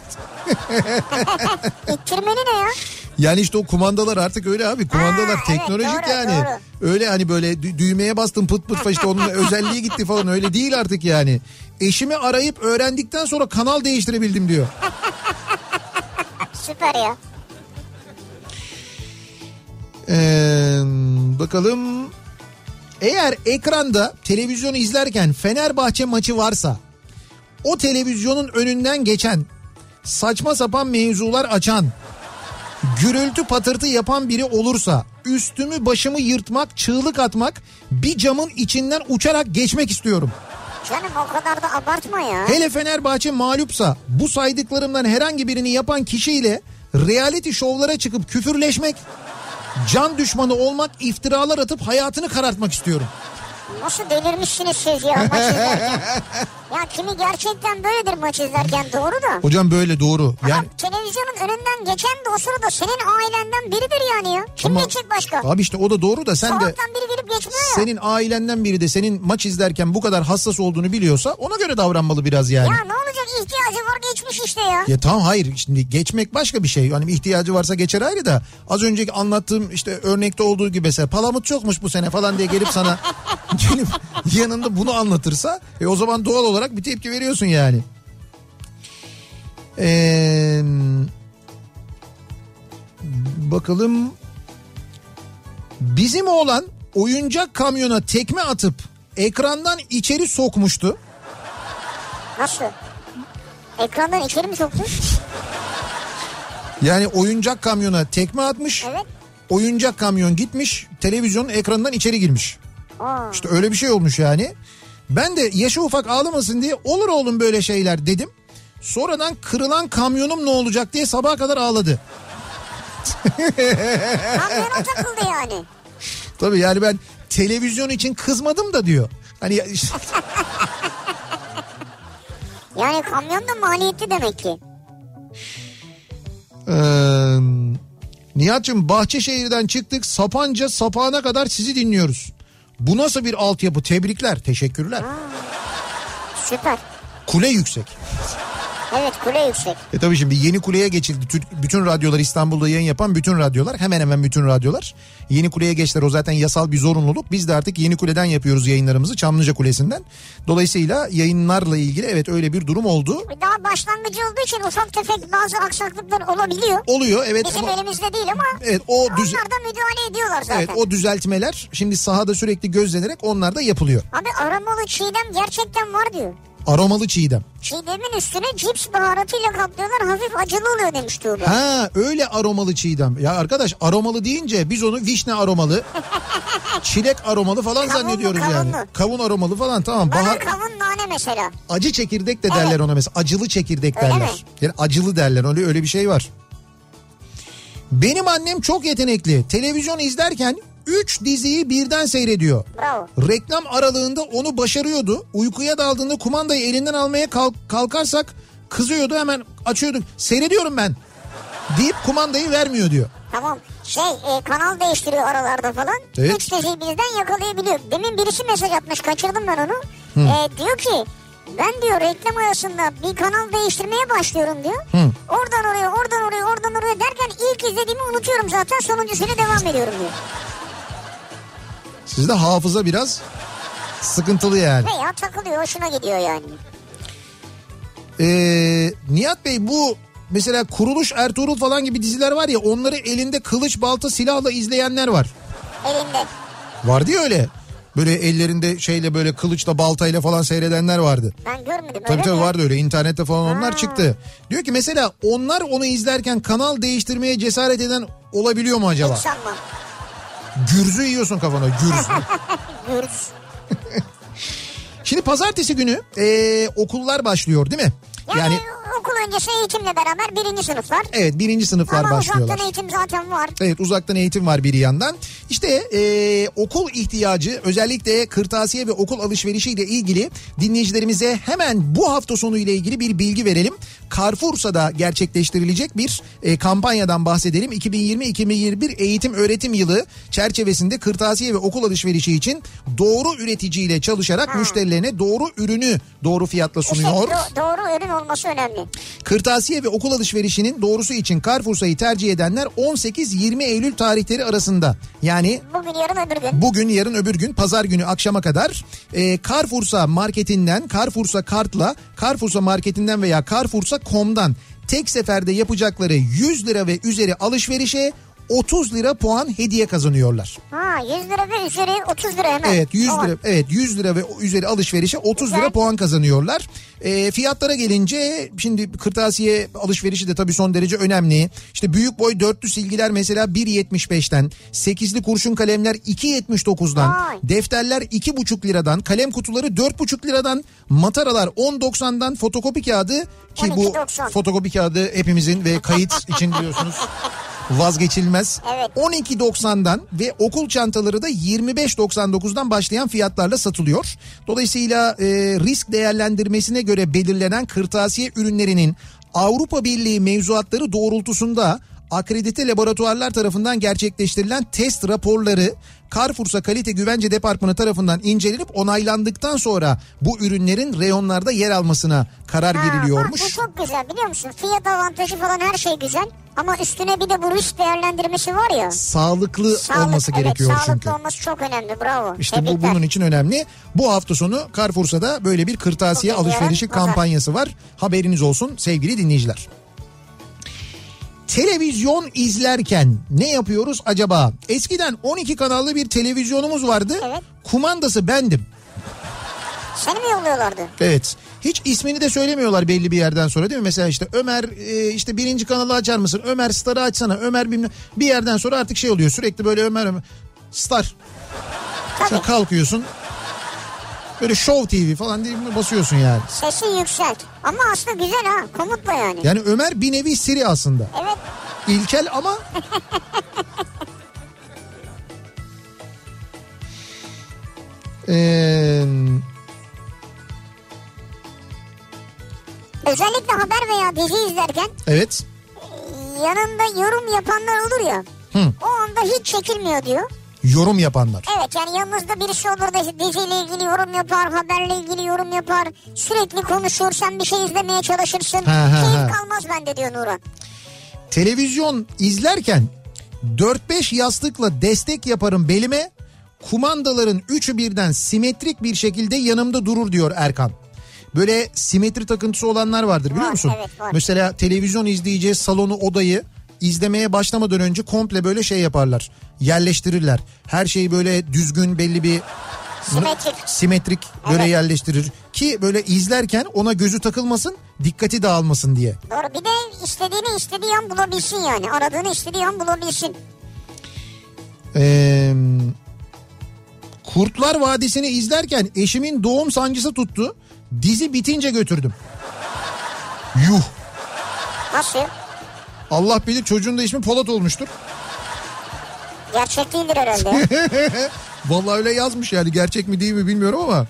İttirmeli ne ya? Yani işte o kumandalar artık öyle abi. Kumandalar ha, teknolojik evet, doğru, yani. Doğru. Öyle hani böyle dü- düğmeye bastın pıt pıt falan işte onun özelliği gitti falan öyle değil artık yani. Eşimi arayıp öğrendikten sonra kanal değiştirebildim diyor. Süper ya. Ee, bakalım. Eğer ekranda televizyonu izlerken Fenerbahçe maçı varsa o televizyonun önünden geçen saçma sapan mevzular açan gürültü patırtı yapan biri olursa üstümü başımı yırtmak çığlık atmak bir camın içinden uçarak geçmek istiyorum. Canım o kadar da abartma ya. Hele Fenerbahçe mağlupsa bu saydıklarımdan herhangi birini yapan kişiyle reality şovlara çıkıp küfürleşmek, can düşmanı olmak, iftiralar atıp hayatını karartmak istiyorum. Nasıl delirmişsiniz siz ya maç izlerken. Ya kimi gerçekten böyledir maç izlerken doğru da. Hocam böyle doğru. Yani... Yani... televizyonun önünden geçen de o sırada senin ailenden biridir yani ya. Kim Ama... geçecek başka? Abi işte o da doğru da sen Sokaktan de... biri gelip geçmiyor ya. Senin ailenden biri de senin maç izlerken bu kadar hassas olduğunu biliyorsa ona göre davranmalı biraz yani. Ya ne olacak, ihtiyacı var geçmiş işte ya. Ya tamam, hayır, şimdi geçmek başka bir şey. Hani ihtiyacı varsa geçer ayrı da az önceki anlattığım işte örnekte olduğu gibi mesela palamut çokmuş bu sene falan diye gelip sana gelip yanında bunu anlatırsa e o zaman doğal olarak bir tepki veriyorsun yani. Eee bakalım, bizim oğlan oyuncak kamyona tekme atıp ekrandan içeri sokmuştu. Nasıl? Ekrandan içeri mi soktu? Yani oyuncak kamyona tekme atmış. Evet. Oyuncak kamyon gitmiş, televizyonun ekranından içeri girmiş. Aa. İşte öyle bir şey olmuş yani. Ben de yaşı ufak ağlamasın diye olur oğlum böyle şeyler dedim. Sonradan kırılan kamyonum ne olacak diye sabaha kadar ağladı. Kamyona takıldı yani. Tabii yani ben televizyon için kızmadım da diyor. Hani ya- Yani kamyon da maliyetli demek ki. Ee, Nihat'cığım Bahçeşehir'den çıktık, Sapanca Sapağan'a kadar sizi dinliyoruz. Bu nasıl bir altyapı? Tebrikler, teşekkürler. Aa, süper. Kule yüksek. Evet, kule yüksek. E tabii şimdi yeni kuleye geçildi. Tü- Bütün radyolar, İstanbul'da yayın yapan bütün radyolar, hemen hemen bütün radyolar yeni kuleye geçtiler. O zaten yasal bir zorunluluk. Biz de artık yeni kuleden yapıyoruz yayınlarımızı, Çamlıca Kulesi'nden. Dolayısıyla yayınlarla ilgili evet öyle bir durum oldu. Daha başlangıcı olduğu için ufak tefek bazı aksaklıklar olabiliyor. Oluyor evet. Bizim ama- elimizde değil ama Evet, o düz- onlar da müdahale ediyorlar zaten. Evet, o düzeltmeler şimdi sahada sürekli gözlenerek onlar da yapılıyor. Abi aromalı çiğdem gerçekten var diyor. Aromalı çiğdem. Çiğdemin üstüne cips baharatıyla kaplıyorlar, hafif acılı oluyor demiş Tuğba. Ha öyle aromalı çiğdem. Ya arkadaş, aromalı deyince biz onu vişne aromalı, çilek aromalı falan Kavunlu, zannediyoruz yani. kavunlu. Kavun aromalı falan, tamam. Bana Bahar, kavun nane mesela. acı çekirdek de derler Evet. ona mesela. Acılı çekirdek Öyle derler. mi? Yani acılı derler. Öyle öyle bir şey var. Benim annem çok yetenekli. Televizyon izlerken üç diziyi birden seyrediyor. Bravo. Reklam aralığında onu başarıyordu. Uykuya daldığında kumandayı elinden almaya kalk- kalkarsak kızıyordu, hemen açıyorduk. Seyrediyorum ben deyip kumandayı vermiyor diyor. Tamam. Şey e, kanal değiştiriyor aralarda falan. Evet. Üç diziyi birden yakalayabiliyor. Demin birisi mesaj atmış, kaçırdım ben onu. E, diyor ki ben diyor reklam arasında bir kanal değiştirmeye başlıyorum diyor. Hı. Oradan oraya, oradan oraya, oradan oraya derken ilk izlediğimi unutuyorum zaten, sonuncusuyla devam ediyorum diyor. Sizde hafıza biraz sıkıntılı yani. Veya takılıyor, hoşuna gidiyor yani. Ee, Nihat Bey, bu mesela Kuruluş Ertuğrul falan gibi diziler var ya, onları elinde kılıç balta silahla izleyenler var. Elinde. Vardı ya öyle. Böyle ellerinde şeyle, böyle kılıçla baltayla falan seyredenler vardı. Ben görmedim. Tabii öyle tabii mi? vardı öyle, internette falan onlar Ha. çıktı. Diyor ki mesela onlar onu izlerken kanal değiştirmeye cesaret eden olabiliyor mu acaba? Hiç sanmam. Gürzü yiyorsun kafana, gürzü. Görürüz. Şimdi pazartesi günü ee, okullar başlıyor değil mi? Yani, Yani okul öncesi eğitimle beraber birinci sınıflar. evet, birinci sınıflar Ama başlıyorlar. uzaktan eğitim zaten var. Evet, uzaktan eğitim var bir yandan. İşte e, okul ihtiyacı, özellikle kırtasiye ve okul alışverişiyle ilgili dinleyicilerimize hemen bu hafta sonu ile ilgili bir bilgi verelim. Carrefour'da gerçekleştirilecek bir e, kampanyadan bahsedelim. iki bin yirmi iki bin yirmi bir eğitim öğretim yılı çerçevesinde kırtasiye ve okul alışverişi için doğru üreticiyle çalışarak Ha. müşterilerine doğru ürünü doğru fiyatla İşte sunuyor. do- doğru ürün olması önemli. Kırtasiye ve okul alışverişinin doğrusu için Carrefour'u tercih edenler on sekiz yirmi Eylül tarihleri arasında. Yani Bugün yarın öbür gün. bugün yarın öbür gün pazar günü akşama kadar e, Carrefour'sa marketinden, Carrefour'sa kartla, Carrefour'sa marketinden veya Carrefour'sa nokta com'dan tek seferde yapacakları yüz lira ve üzeri alışverişe otuz lira puan hediye kazanıyorlar. Ha yüz lira ve üzeri otuz lira hemen. Evet yüz Tamam. lira evet yüz lira ve üzeri alışverişe otuz Güzel. lira puan kazanıyorlar. E, fiyatlara gelince şimdi kırtasiye alışverişi de tabii son derece önemli. İşte büyük boy dörtlü silgiler mesela bir yetmiş beşten, sekizli kurşun kalemler iki yetmiş dokuzdan, Vay. defterler iki buçuk liradan, kalem kutuları dört buçuk liradan, mataralar on doksandan, fotokopi kağıdı ki on bu iki doksan. fotokopi kağıdı hepimizin ve kayıt için biliyorsunuz vazgeçilmez. Evet. on iki doksandan ve okul çantaları da yirmi beş doksan dokuzdan başlayan fiyatlarla satılıyor. Dolayısıyla e, risk değerlendirmesine göre belirlenen kırtasiye ürünlerinin Avrupa Birliği mevzuatları doğrultusunda akredite laboratuvarlar tarafından gerçekleştirilen test raporları Carrefour'sa Kalite Güvence Departmanı tarafından incelenip onaylandıktan sonra bu ürünlerin reyonlarda yer almasına karar ha, veriliyormuş. Bak, bu çok güzel biliyor musun? Fiyat avantajı falan her şey güzel. Ama üstüne bir de bu risk değerlendirmesi var ya. Sağlıklı Sağlık, olması evet, gerekiyor sağlıklı çünkü. Sağlıklı olması çok önemli, bravo. İşte bu bunun için önemli. Bu hafta sonu Carrefour'sa da böyle bir kırtasiye Çok alışverişi güzel, kampanyası var. Haberiniz olsun sevgili dinleyiciler. Televizyon izlerken ne yapıyoruz acaba? Eskiden on iki kanallı bir televizyonumuz vardı. Evet. Kumandası bendim. Seni mi yolluyorlardı? Evet. Hiç ismini de söylemiyorlar belli bir yerden sonra değil mi? Mesela işte Ömer e, işte birinci kanalı açar mısın? Ömer Star'ı açsana. Ömer bilmem. Bir yerden sonra artık şey oluyor. Sürekli böyle Ömer Ömer. Star. Sen kalkıyorsun. Böyle Show T V falan diye basıyorsun yani. Sesi yükselt. Ama aslında güzel ha. Komutla yani. Yani Ömer bir nevi Siri aslında. Evet. İlkel ama... Eee... Özellikle haber veya dizi izlerken Evet. yanında yorum yapanlar olur ya. Hı. O anda hiç çekilmiyor diyor. Yorum yapanlar. Evet, yani yanınızda birisi olur da diziyle ilgili yorum yapar, haberle ilgili yorum yapar. Sürekli konuşur, sen bir şey izlemeye çalışırsın. Ha, ha, Keyif ha. kalmaz bende diyor Nurhan. Televizyon izlerken dört beş yastıkla destek yaparım belime. Kumandaların üçü birden simetrik bir şekilde yanımda durur diyor Erkan. Böyle simetri takıntısı olanlar vardır biliyor Var, musun? evet, var. Mesela televizyon izleyeceği salonu, odayı izlemeye başlamadan önce komple böyle şey yaparlar. Yerleştirirler. Her şeyi böyle düzgün, belli bir Simetrik. simetrik böyle Evet. yerleştirir. Ki böyle izlerken ona gözü takılmasın, dikkati dağılmasın diye. Doğru, bir de istediğini istediği an bulabilsin yani. Aradığını istediği an bulabilsin. Ee, Kurtlar Vadisi'ni izlerken eşimin doğum sancısı tuttu. Dizi bitince götürdüm. Yuh. Nasıl? Allah bilir, çocuğun da ismi Polat olmuştur. Gerçek değildir herhalde. Vallahi öyle yazmış yani, gerçek mi değil mi bilmiyorum ama.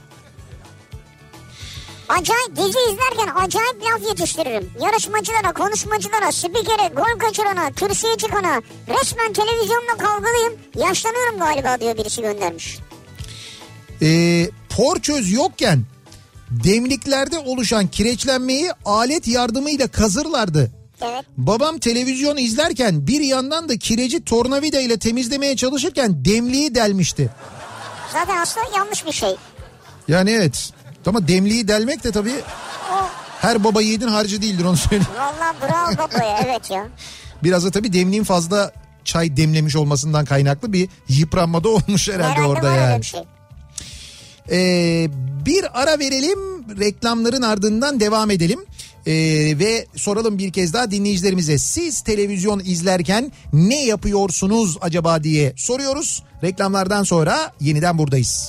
Acayip dizi izlerken acayip laf yetiştiririm. Yarışmacılara, konuşmacılara, spikere, gol kaçırana, kürsüye çıkana. Resmen televizyonla kavgalıyım. Yaşlanıyorum galiba diyor birisi, göndermiş. Ee, porçöz yokken demliklerde oluşan kireçlenmeyi alet yardımıyla kazırlardı. Evet. Babam televizyon izlerken bir yandan da kireci tornavida ile temizlemeye çalışırken demliği delmişti. Zaten aslında yanlış bir şey. Yani evet. Ama demliği delmek de tabii O, her baba yiğidin harcı değildir, onu söyleyeyim. vallahi bravo babaya, evet ya. Biraz da tabii demliğin fazla çay demlemiş olmasından kaynaklı bir yıpranma da olmuş herhalde, Herhalde orada var öyle yani. bir şey. Ee, bir ara verelim, reklamların ardından devam edelim. Ee, ve soralım bir kez daha dinleyicilerimize, siz televizyon izlerken ne yapıyorsunuz acaba diye soruyoruz. Reklamlardan sonra yeniden buradayız.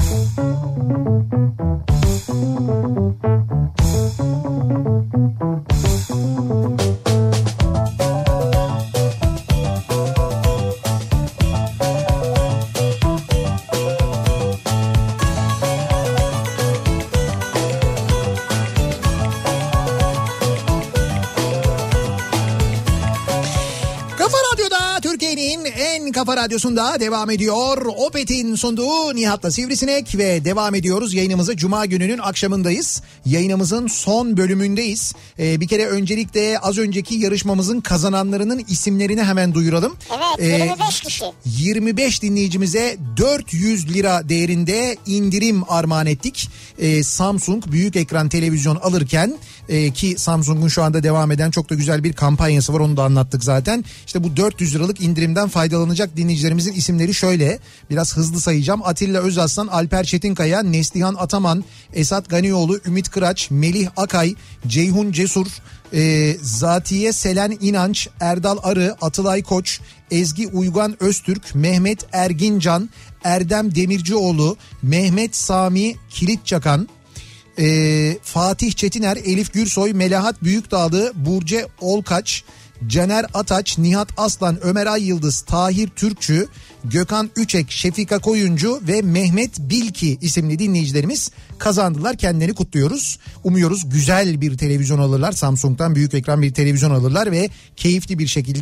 En Kafa Radyosu'nda devam ediyor. Opet'in sunduğu Nihat'la Sivrisinek ve devam ediyoruz. Yayınımızı Cuma gününün akşamındayız. Yayınımızın son bölümündeyiz. Ee, bir kere öncelikle az önceki yarışmamızın kazananlarının isimlerini hemen duyuralım. Evet, yirmi beş kişi. yirmi beş dinleyicimize dört yüz lira değerinde indirim armağan ettik. Ee, Samsung büyük ekran televizyon alırken e, ki Samsung'un şu anda devam eden çok da güzel bir kampanyası var, onu da anlattık zaten. İşte bu dört yüz liralık indirimden faydalanacak dinleyicilerimizin isimleri şöyle, biraz hızlı sayacağım. Atilla Özaslan, Alper Çetinkaya, Neslihan Ataman, Esat Ganioğlu, Ümit Kıraç, Melih Akay, Ceyhun Cesur, e, Zatiye Selen İnanç, Erdal Arı, Atılay Koç, Ezgi Uygan Öztürk, Mehmet Ergincan, Erdem Demircioğlu, Mehmet Sami Kilitçakan, e, Fatih Çetiner, Elif Gürsoy, Melahat Büyükdağlı, Burce Olkaç, Caner Ataç, Nihat Aslan, Ömer Ay Yıldız, Tahir Türkçü, Gökhan Üçek, Şefika Koyuncu ve Mehmet Bilki isimli dinleyicilerimiz kazandılar. Kendilerini kutluyoruz. Umuyoruz güzel bir televizyon alırlar. Samsung'dan büyük ekran bir televizyon alırlar ve keyifli bir şekilde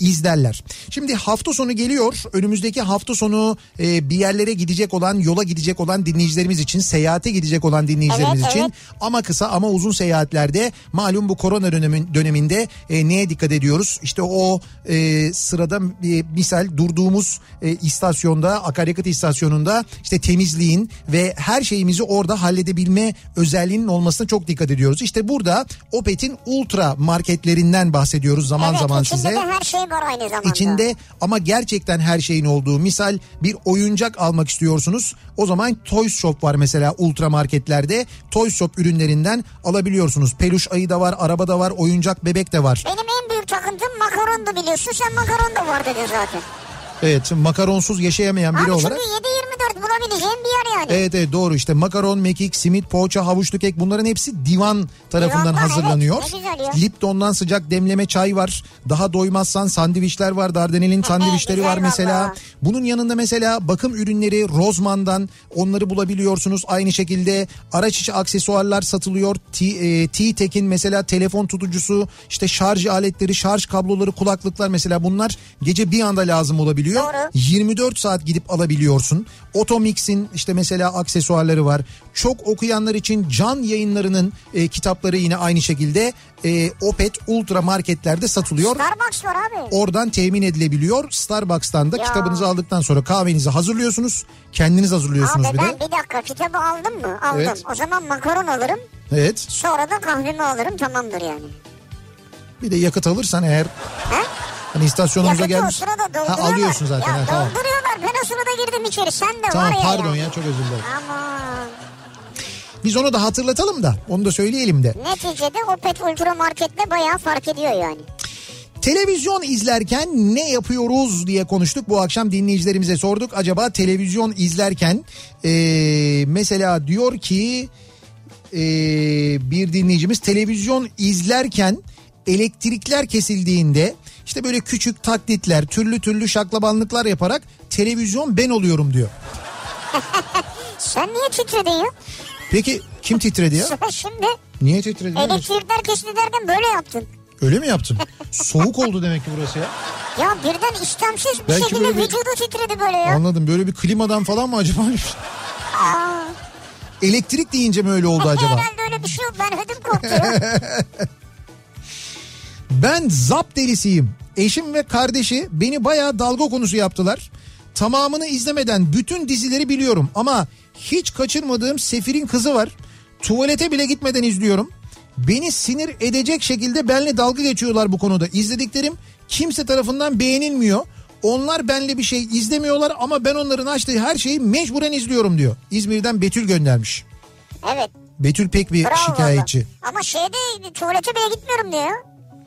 izlerler. Şimdi hafta sonu geliyor. Önümüzdeki hafta sonu e, bir yerlere gidecek olan, yola gidecek olan dinleyicilerimiz için, seyahate gidecek olan dinleyicilerimiz Evet, için evet. ama kısa ama uzun seyahatlerde malum bu korona dönemin, döneminde e, neye dikkat ediyoruz? İşte o e, sırada e, misal durduğumuz e, istasyonda, akaryakıt istasyonunda işte temizliğin ve her şeyimizi orada halledebilme özelliğinin olmasına çok dikkat ediyoruz. İşte burada Opet'in ultra marketlerinden bahsediyoruz zaman evet, zaman içinde size. de her şey var aynı zamanda. İçinde ama gerçekten her şeyin olduğu, misal bir oyuncak almak istiyorsunuz. O zaman Toys Shop var mesela ultra marketlerde. Toys Shop ürünlerinden alabiliyorsunuz. Peluş ayı da var, araba da var, oyuncak bebek de var. Benim en büyük takıntım makarondu biliyorsun. Sen makaron da var dedin zaten. Evet, makaronsuz yaşayamayan biri Abi olarak. çünkü yedi yirmi dört bulabileceğim bir yer yani. Evet evet doğru, işte makaron, mekik, simit, poğaça, havuçlu kek, bunların hepsi divan tarafından Divandan, hazırlanıyor. evet, ne güzel ya. Lipton'dan sıcak demleme çay var. Daha doymazsan sandviçler var. Dardanel'in sandviçleri güzel var mesela. valla. Bunun yanında mesela bakım ürünleri Rozman'dan, onları bulabiliyorsunuz. Aynı şekilde araç içi aksesuarlar satılıyor. T- e, T-Tek'in mesela telefon tutucusu, işte şarj aletleri, şarj kabloları, kulaklıklar mesela, bunlar gece bir anda lazım olabiliyor. Doğru. yirmi dört saat gidip alabiliyorsun. Otomix'in işte mesela aksesuarları var. Çok okuyanlar için Can Yayınları'nın e, kitapları yine aynı şekilde e, Opet ultra marketlerde satılıyor. Starbucks var abi. Oradan temin edilebiliyor. Starbucks'tan da Ya. kitabınızı aldıktan sonra kahvenizi hazırlıyorsunuz. Kendiniz hazırlıyorsunuz Abi bir ben de. bir dakika kitabı aldım mı? Aldım. Evet. O zaman makaron alırım. Evet. Sonra da kahvemi alırım, tamamdır yani. Bir de yakıt alırsan eğer, He? hani istasyonumuza Yakıtı o gelmiş. sırada dolduruyorlar. Ha, alıyorsun zaten. Ya Ha, tamam. dolduruyorlar. Ben o sırada girdim içeri. Sen de Tamam var ya. pardon ya. ya, çok özür dilerim. Aman. Biz onu da hatırlatalım da, onu da söyleyelim de. Neticede Opet Ultra Market'le bayağı fark ediyor yani. Televizyon izlerken ne yapıyoruz diye konuştuk. Bu akşam dinleyicilerimize sorduk. Acaba televizyon izlerken ee, mesela diyor ki ee, bir dinleyicimiz, televizyon izlerken elektrikler kesildiğinde işte böyle küçük taklitler, türlü türlü şaklabanlıklar yaparak televizyon ben oluyorum diyor. Sen niye titredin ya? Peki kim titredi ya? Sen şimdi Niye titredi? elektrikler kesildi derken böyle yaptın. Öyle mi yaptın? Soğuk oldu demek ki burası ya. Ya birden istemsiz bir Belki şekilde böyle bir- vücudu titredi böyle ya. Anladım, böyle bir klimadan falan mı acaba? Aa, Elektrik deyince mi öyle oldu acaba? herhalde öyle bir şey yok. Ben ödüm koptu ya. Ben Zap delisiyim. Eşim ve kardeşi beni bayağı dalga konusu yaptılar. Tamamını izlemeden bütün dizileri biliyorum ama hiç kaçırmadığım Sefir'in Kızı var. Tuvalete bile gitmeden izliyorum. Beni sinir edecek şekilde benimle dalga geçiyorlar bu konuda. İzlediklerim kimse tarafından beğenilmiyor. Onlar benimle bir şey izlemiyorlar ama ben onların açtığı her şeyi mecburen izliyorum diyor. İzmir'den Betül göndermiş. Evet. Betül pek bir Bravo şikayetçi. valla. Ama şeyde tuvalete bile gitmiyorum diyor ya.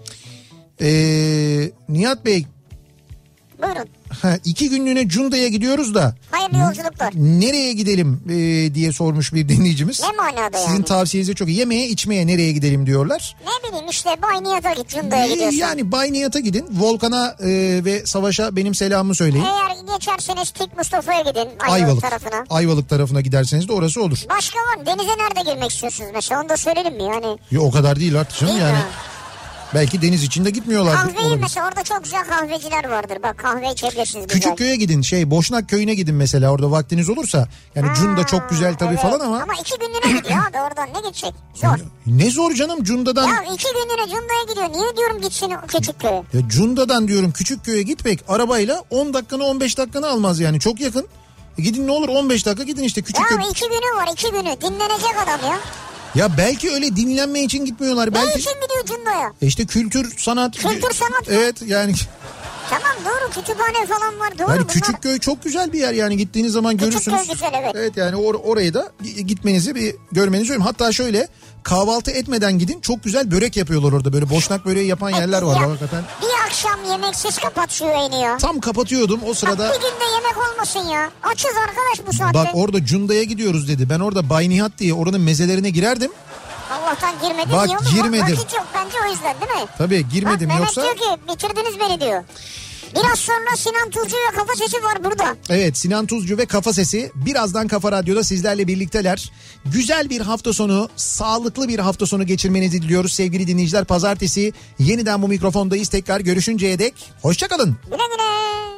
Ee, Nihat Bey, Buyurun. ha, iki günlüğüne Cunda'ya gidiyoruz da Hayırlı yolculuklar. nereye gidelim e, diye sormuş bir dinleyicimiz. Ne manada Sizin yani? tavsiyenize çok iyi. Yemeğe içmeye nereye gidelim diyorlar. Ne bileyim işte Bay Nihat'a git, Cunda'ya Ee, gidiyorsun. Yani Bay Nihat'a gidin. Volkan'a e, ve Savaş'a benim selamımı söyleyin. Eğer geçerseniz Tik Mustafa'ya gidin. Ayvalık, Ayvalık tarafına. Ayvalık tarafına giderseniz de orası olur. Başka var mı? Denize nerede girmek istiyorsunuz mesela? Onu da söyleyelim mi yani? Yo, o kadar değil artık canım Değil yani. mi? Belki deniz içinde gitmiyorlardır. Kahveyi olabilir. mesela orada çok güzel kahveciler vardır. Bak kahve içebilirsiniz güzel. Küçükköy'e gidin, şey Boşnak Köyü'ne gidin mesela, orada vaktiniz olursa. Yani Ha, Cunda çok güzel tabii evet. falan ama. Ama iki günlüğüne gidiyor abi, oradan ne gidecek? Zor. Ne zor canım Cunda'dan. Ya iki günlüğüne Cunda'ya gidiyor. Niye diyorum gitsin o Küçükköy'e? Ya Cunda'dan diyorum Küçükköy'e gitmek arabayla on dakikanı on beş dakikanı almaz yani, çok yakın. E gidin ne olur on beş dakika gidin işte Küçükköy. Ya iki günü var, iki günü. Dinlenecek adam ya. Ya belki öyle dinlenme için gitmiyorlar. Ne Belki için gidiyor Cunda'ya? E işte kültür, sanat. Kültür, sanat mı? Evet yani. Tamam doğru, kütüphane falan var, doğru Yani bunlar. Küçükköy çok güzel bir yer yani, gittiğiniz zaman Küçükköy görürsünüz. güzel, evet. Evet yani or orayı da gitmenizi bir görmenizi istiyorum. Hatta şöyle kahvaltı etmeden gidin, çok güzel börek yapıyorlar orada, böyle boşnak böreği yapan yerler var Ya, hakikaten. bir akşam yemeksiz kapat şu yayını ya. Tam kapatıyordum o sırada. Bak bir günde yemek olmasın ya. Açız arkadaş bu saatte. Bak orada Cunda'ya gidiyoruz dedi. Ben orada Bay Nihat diye oranın mezelerine girerdim. Allah'tan girmedin Bak, diyor mu? girmedim. Vakit yok bence o yüzden değil mi? Tabii girmedim Bak, yoksa. Mehmet diyor ki bitirdiniz beni diyor. Biraz sonra Sinan Tuzcu ve Kafa Sesi var burada. Evet, Sinan Tuzcu ve Kafa Sesi birazdan Kafa Radyo'da sizlerle birlikteler. Güzel bir hafta sonu, sağlıklı bir hafta sonu geçirmenizi diliyoruz sevgili dinleyiciler. Pazartesi yeniden bu mikrofondayız. Tekrar görüşünceye dek hoşça kalın. Güle güle.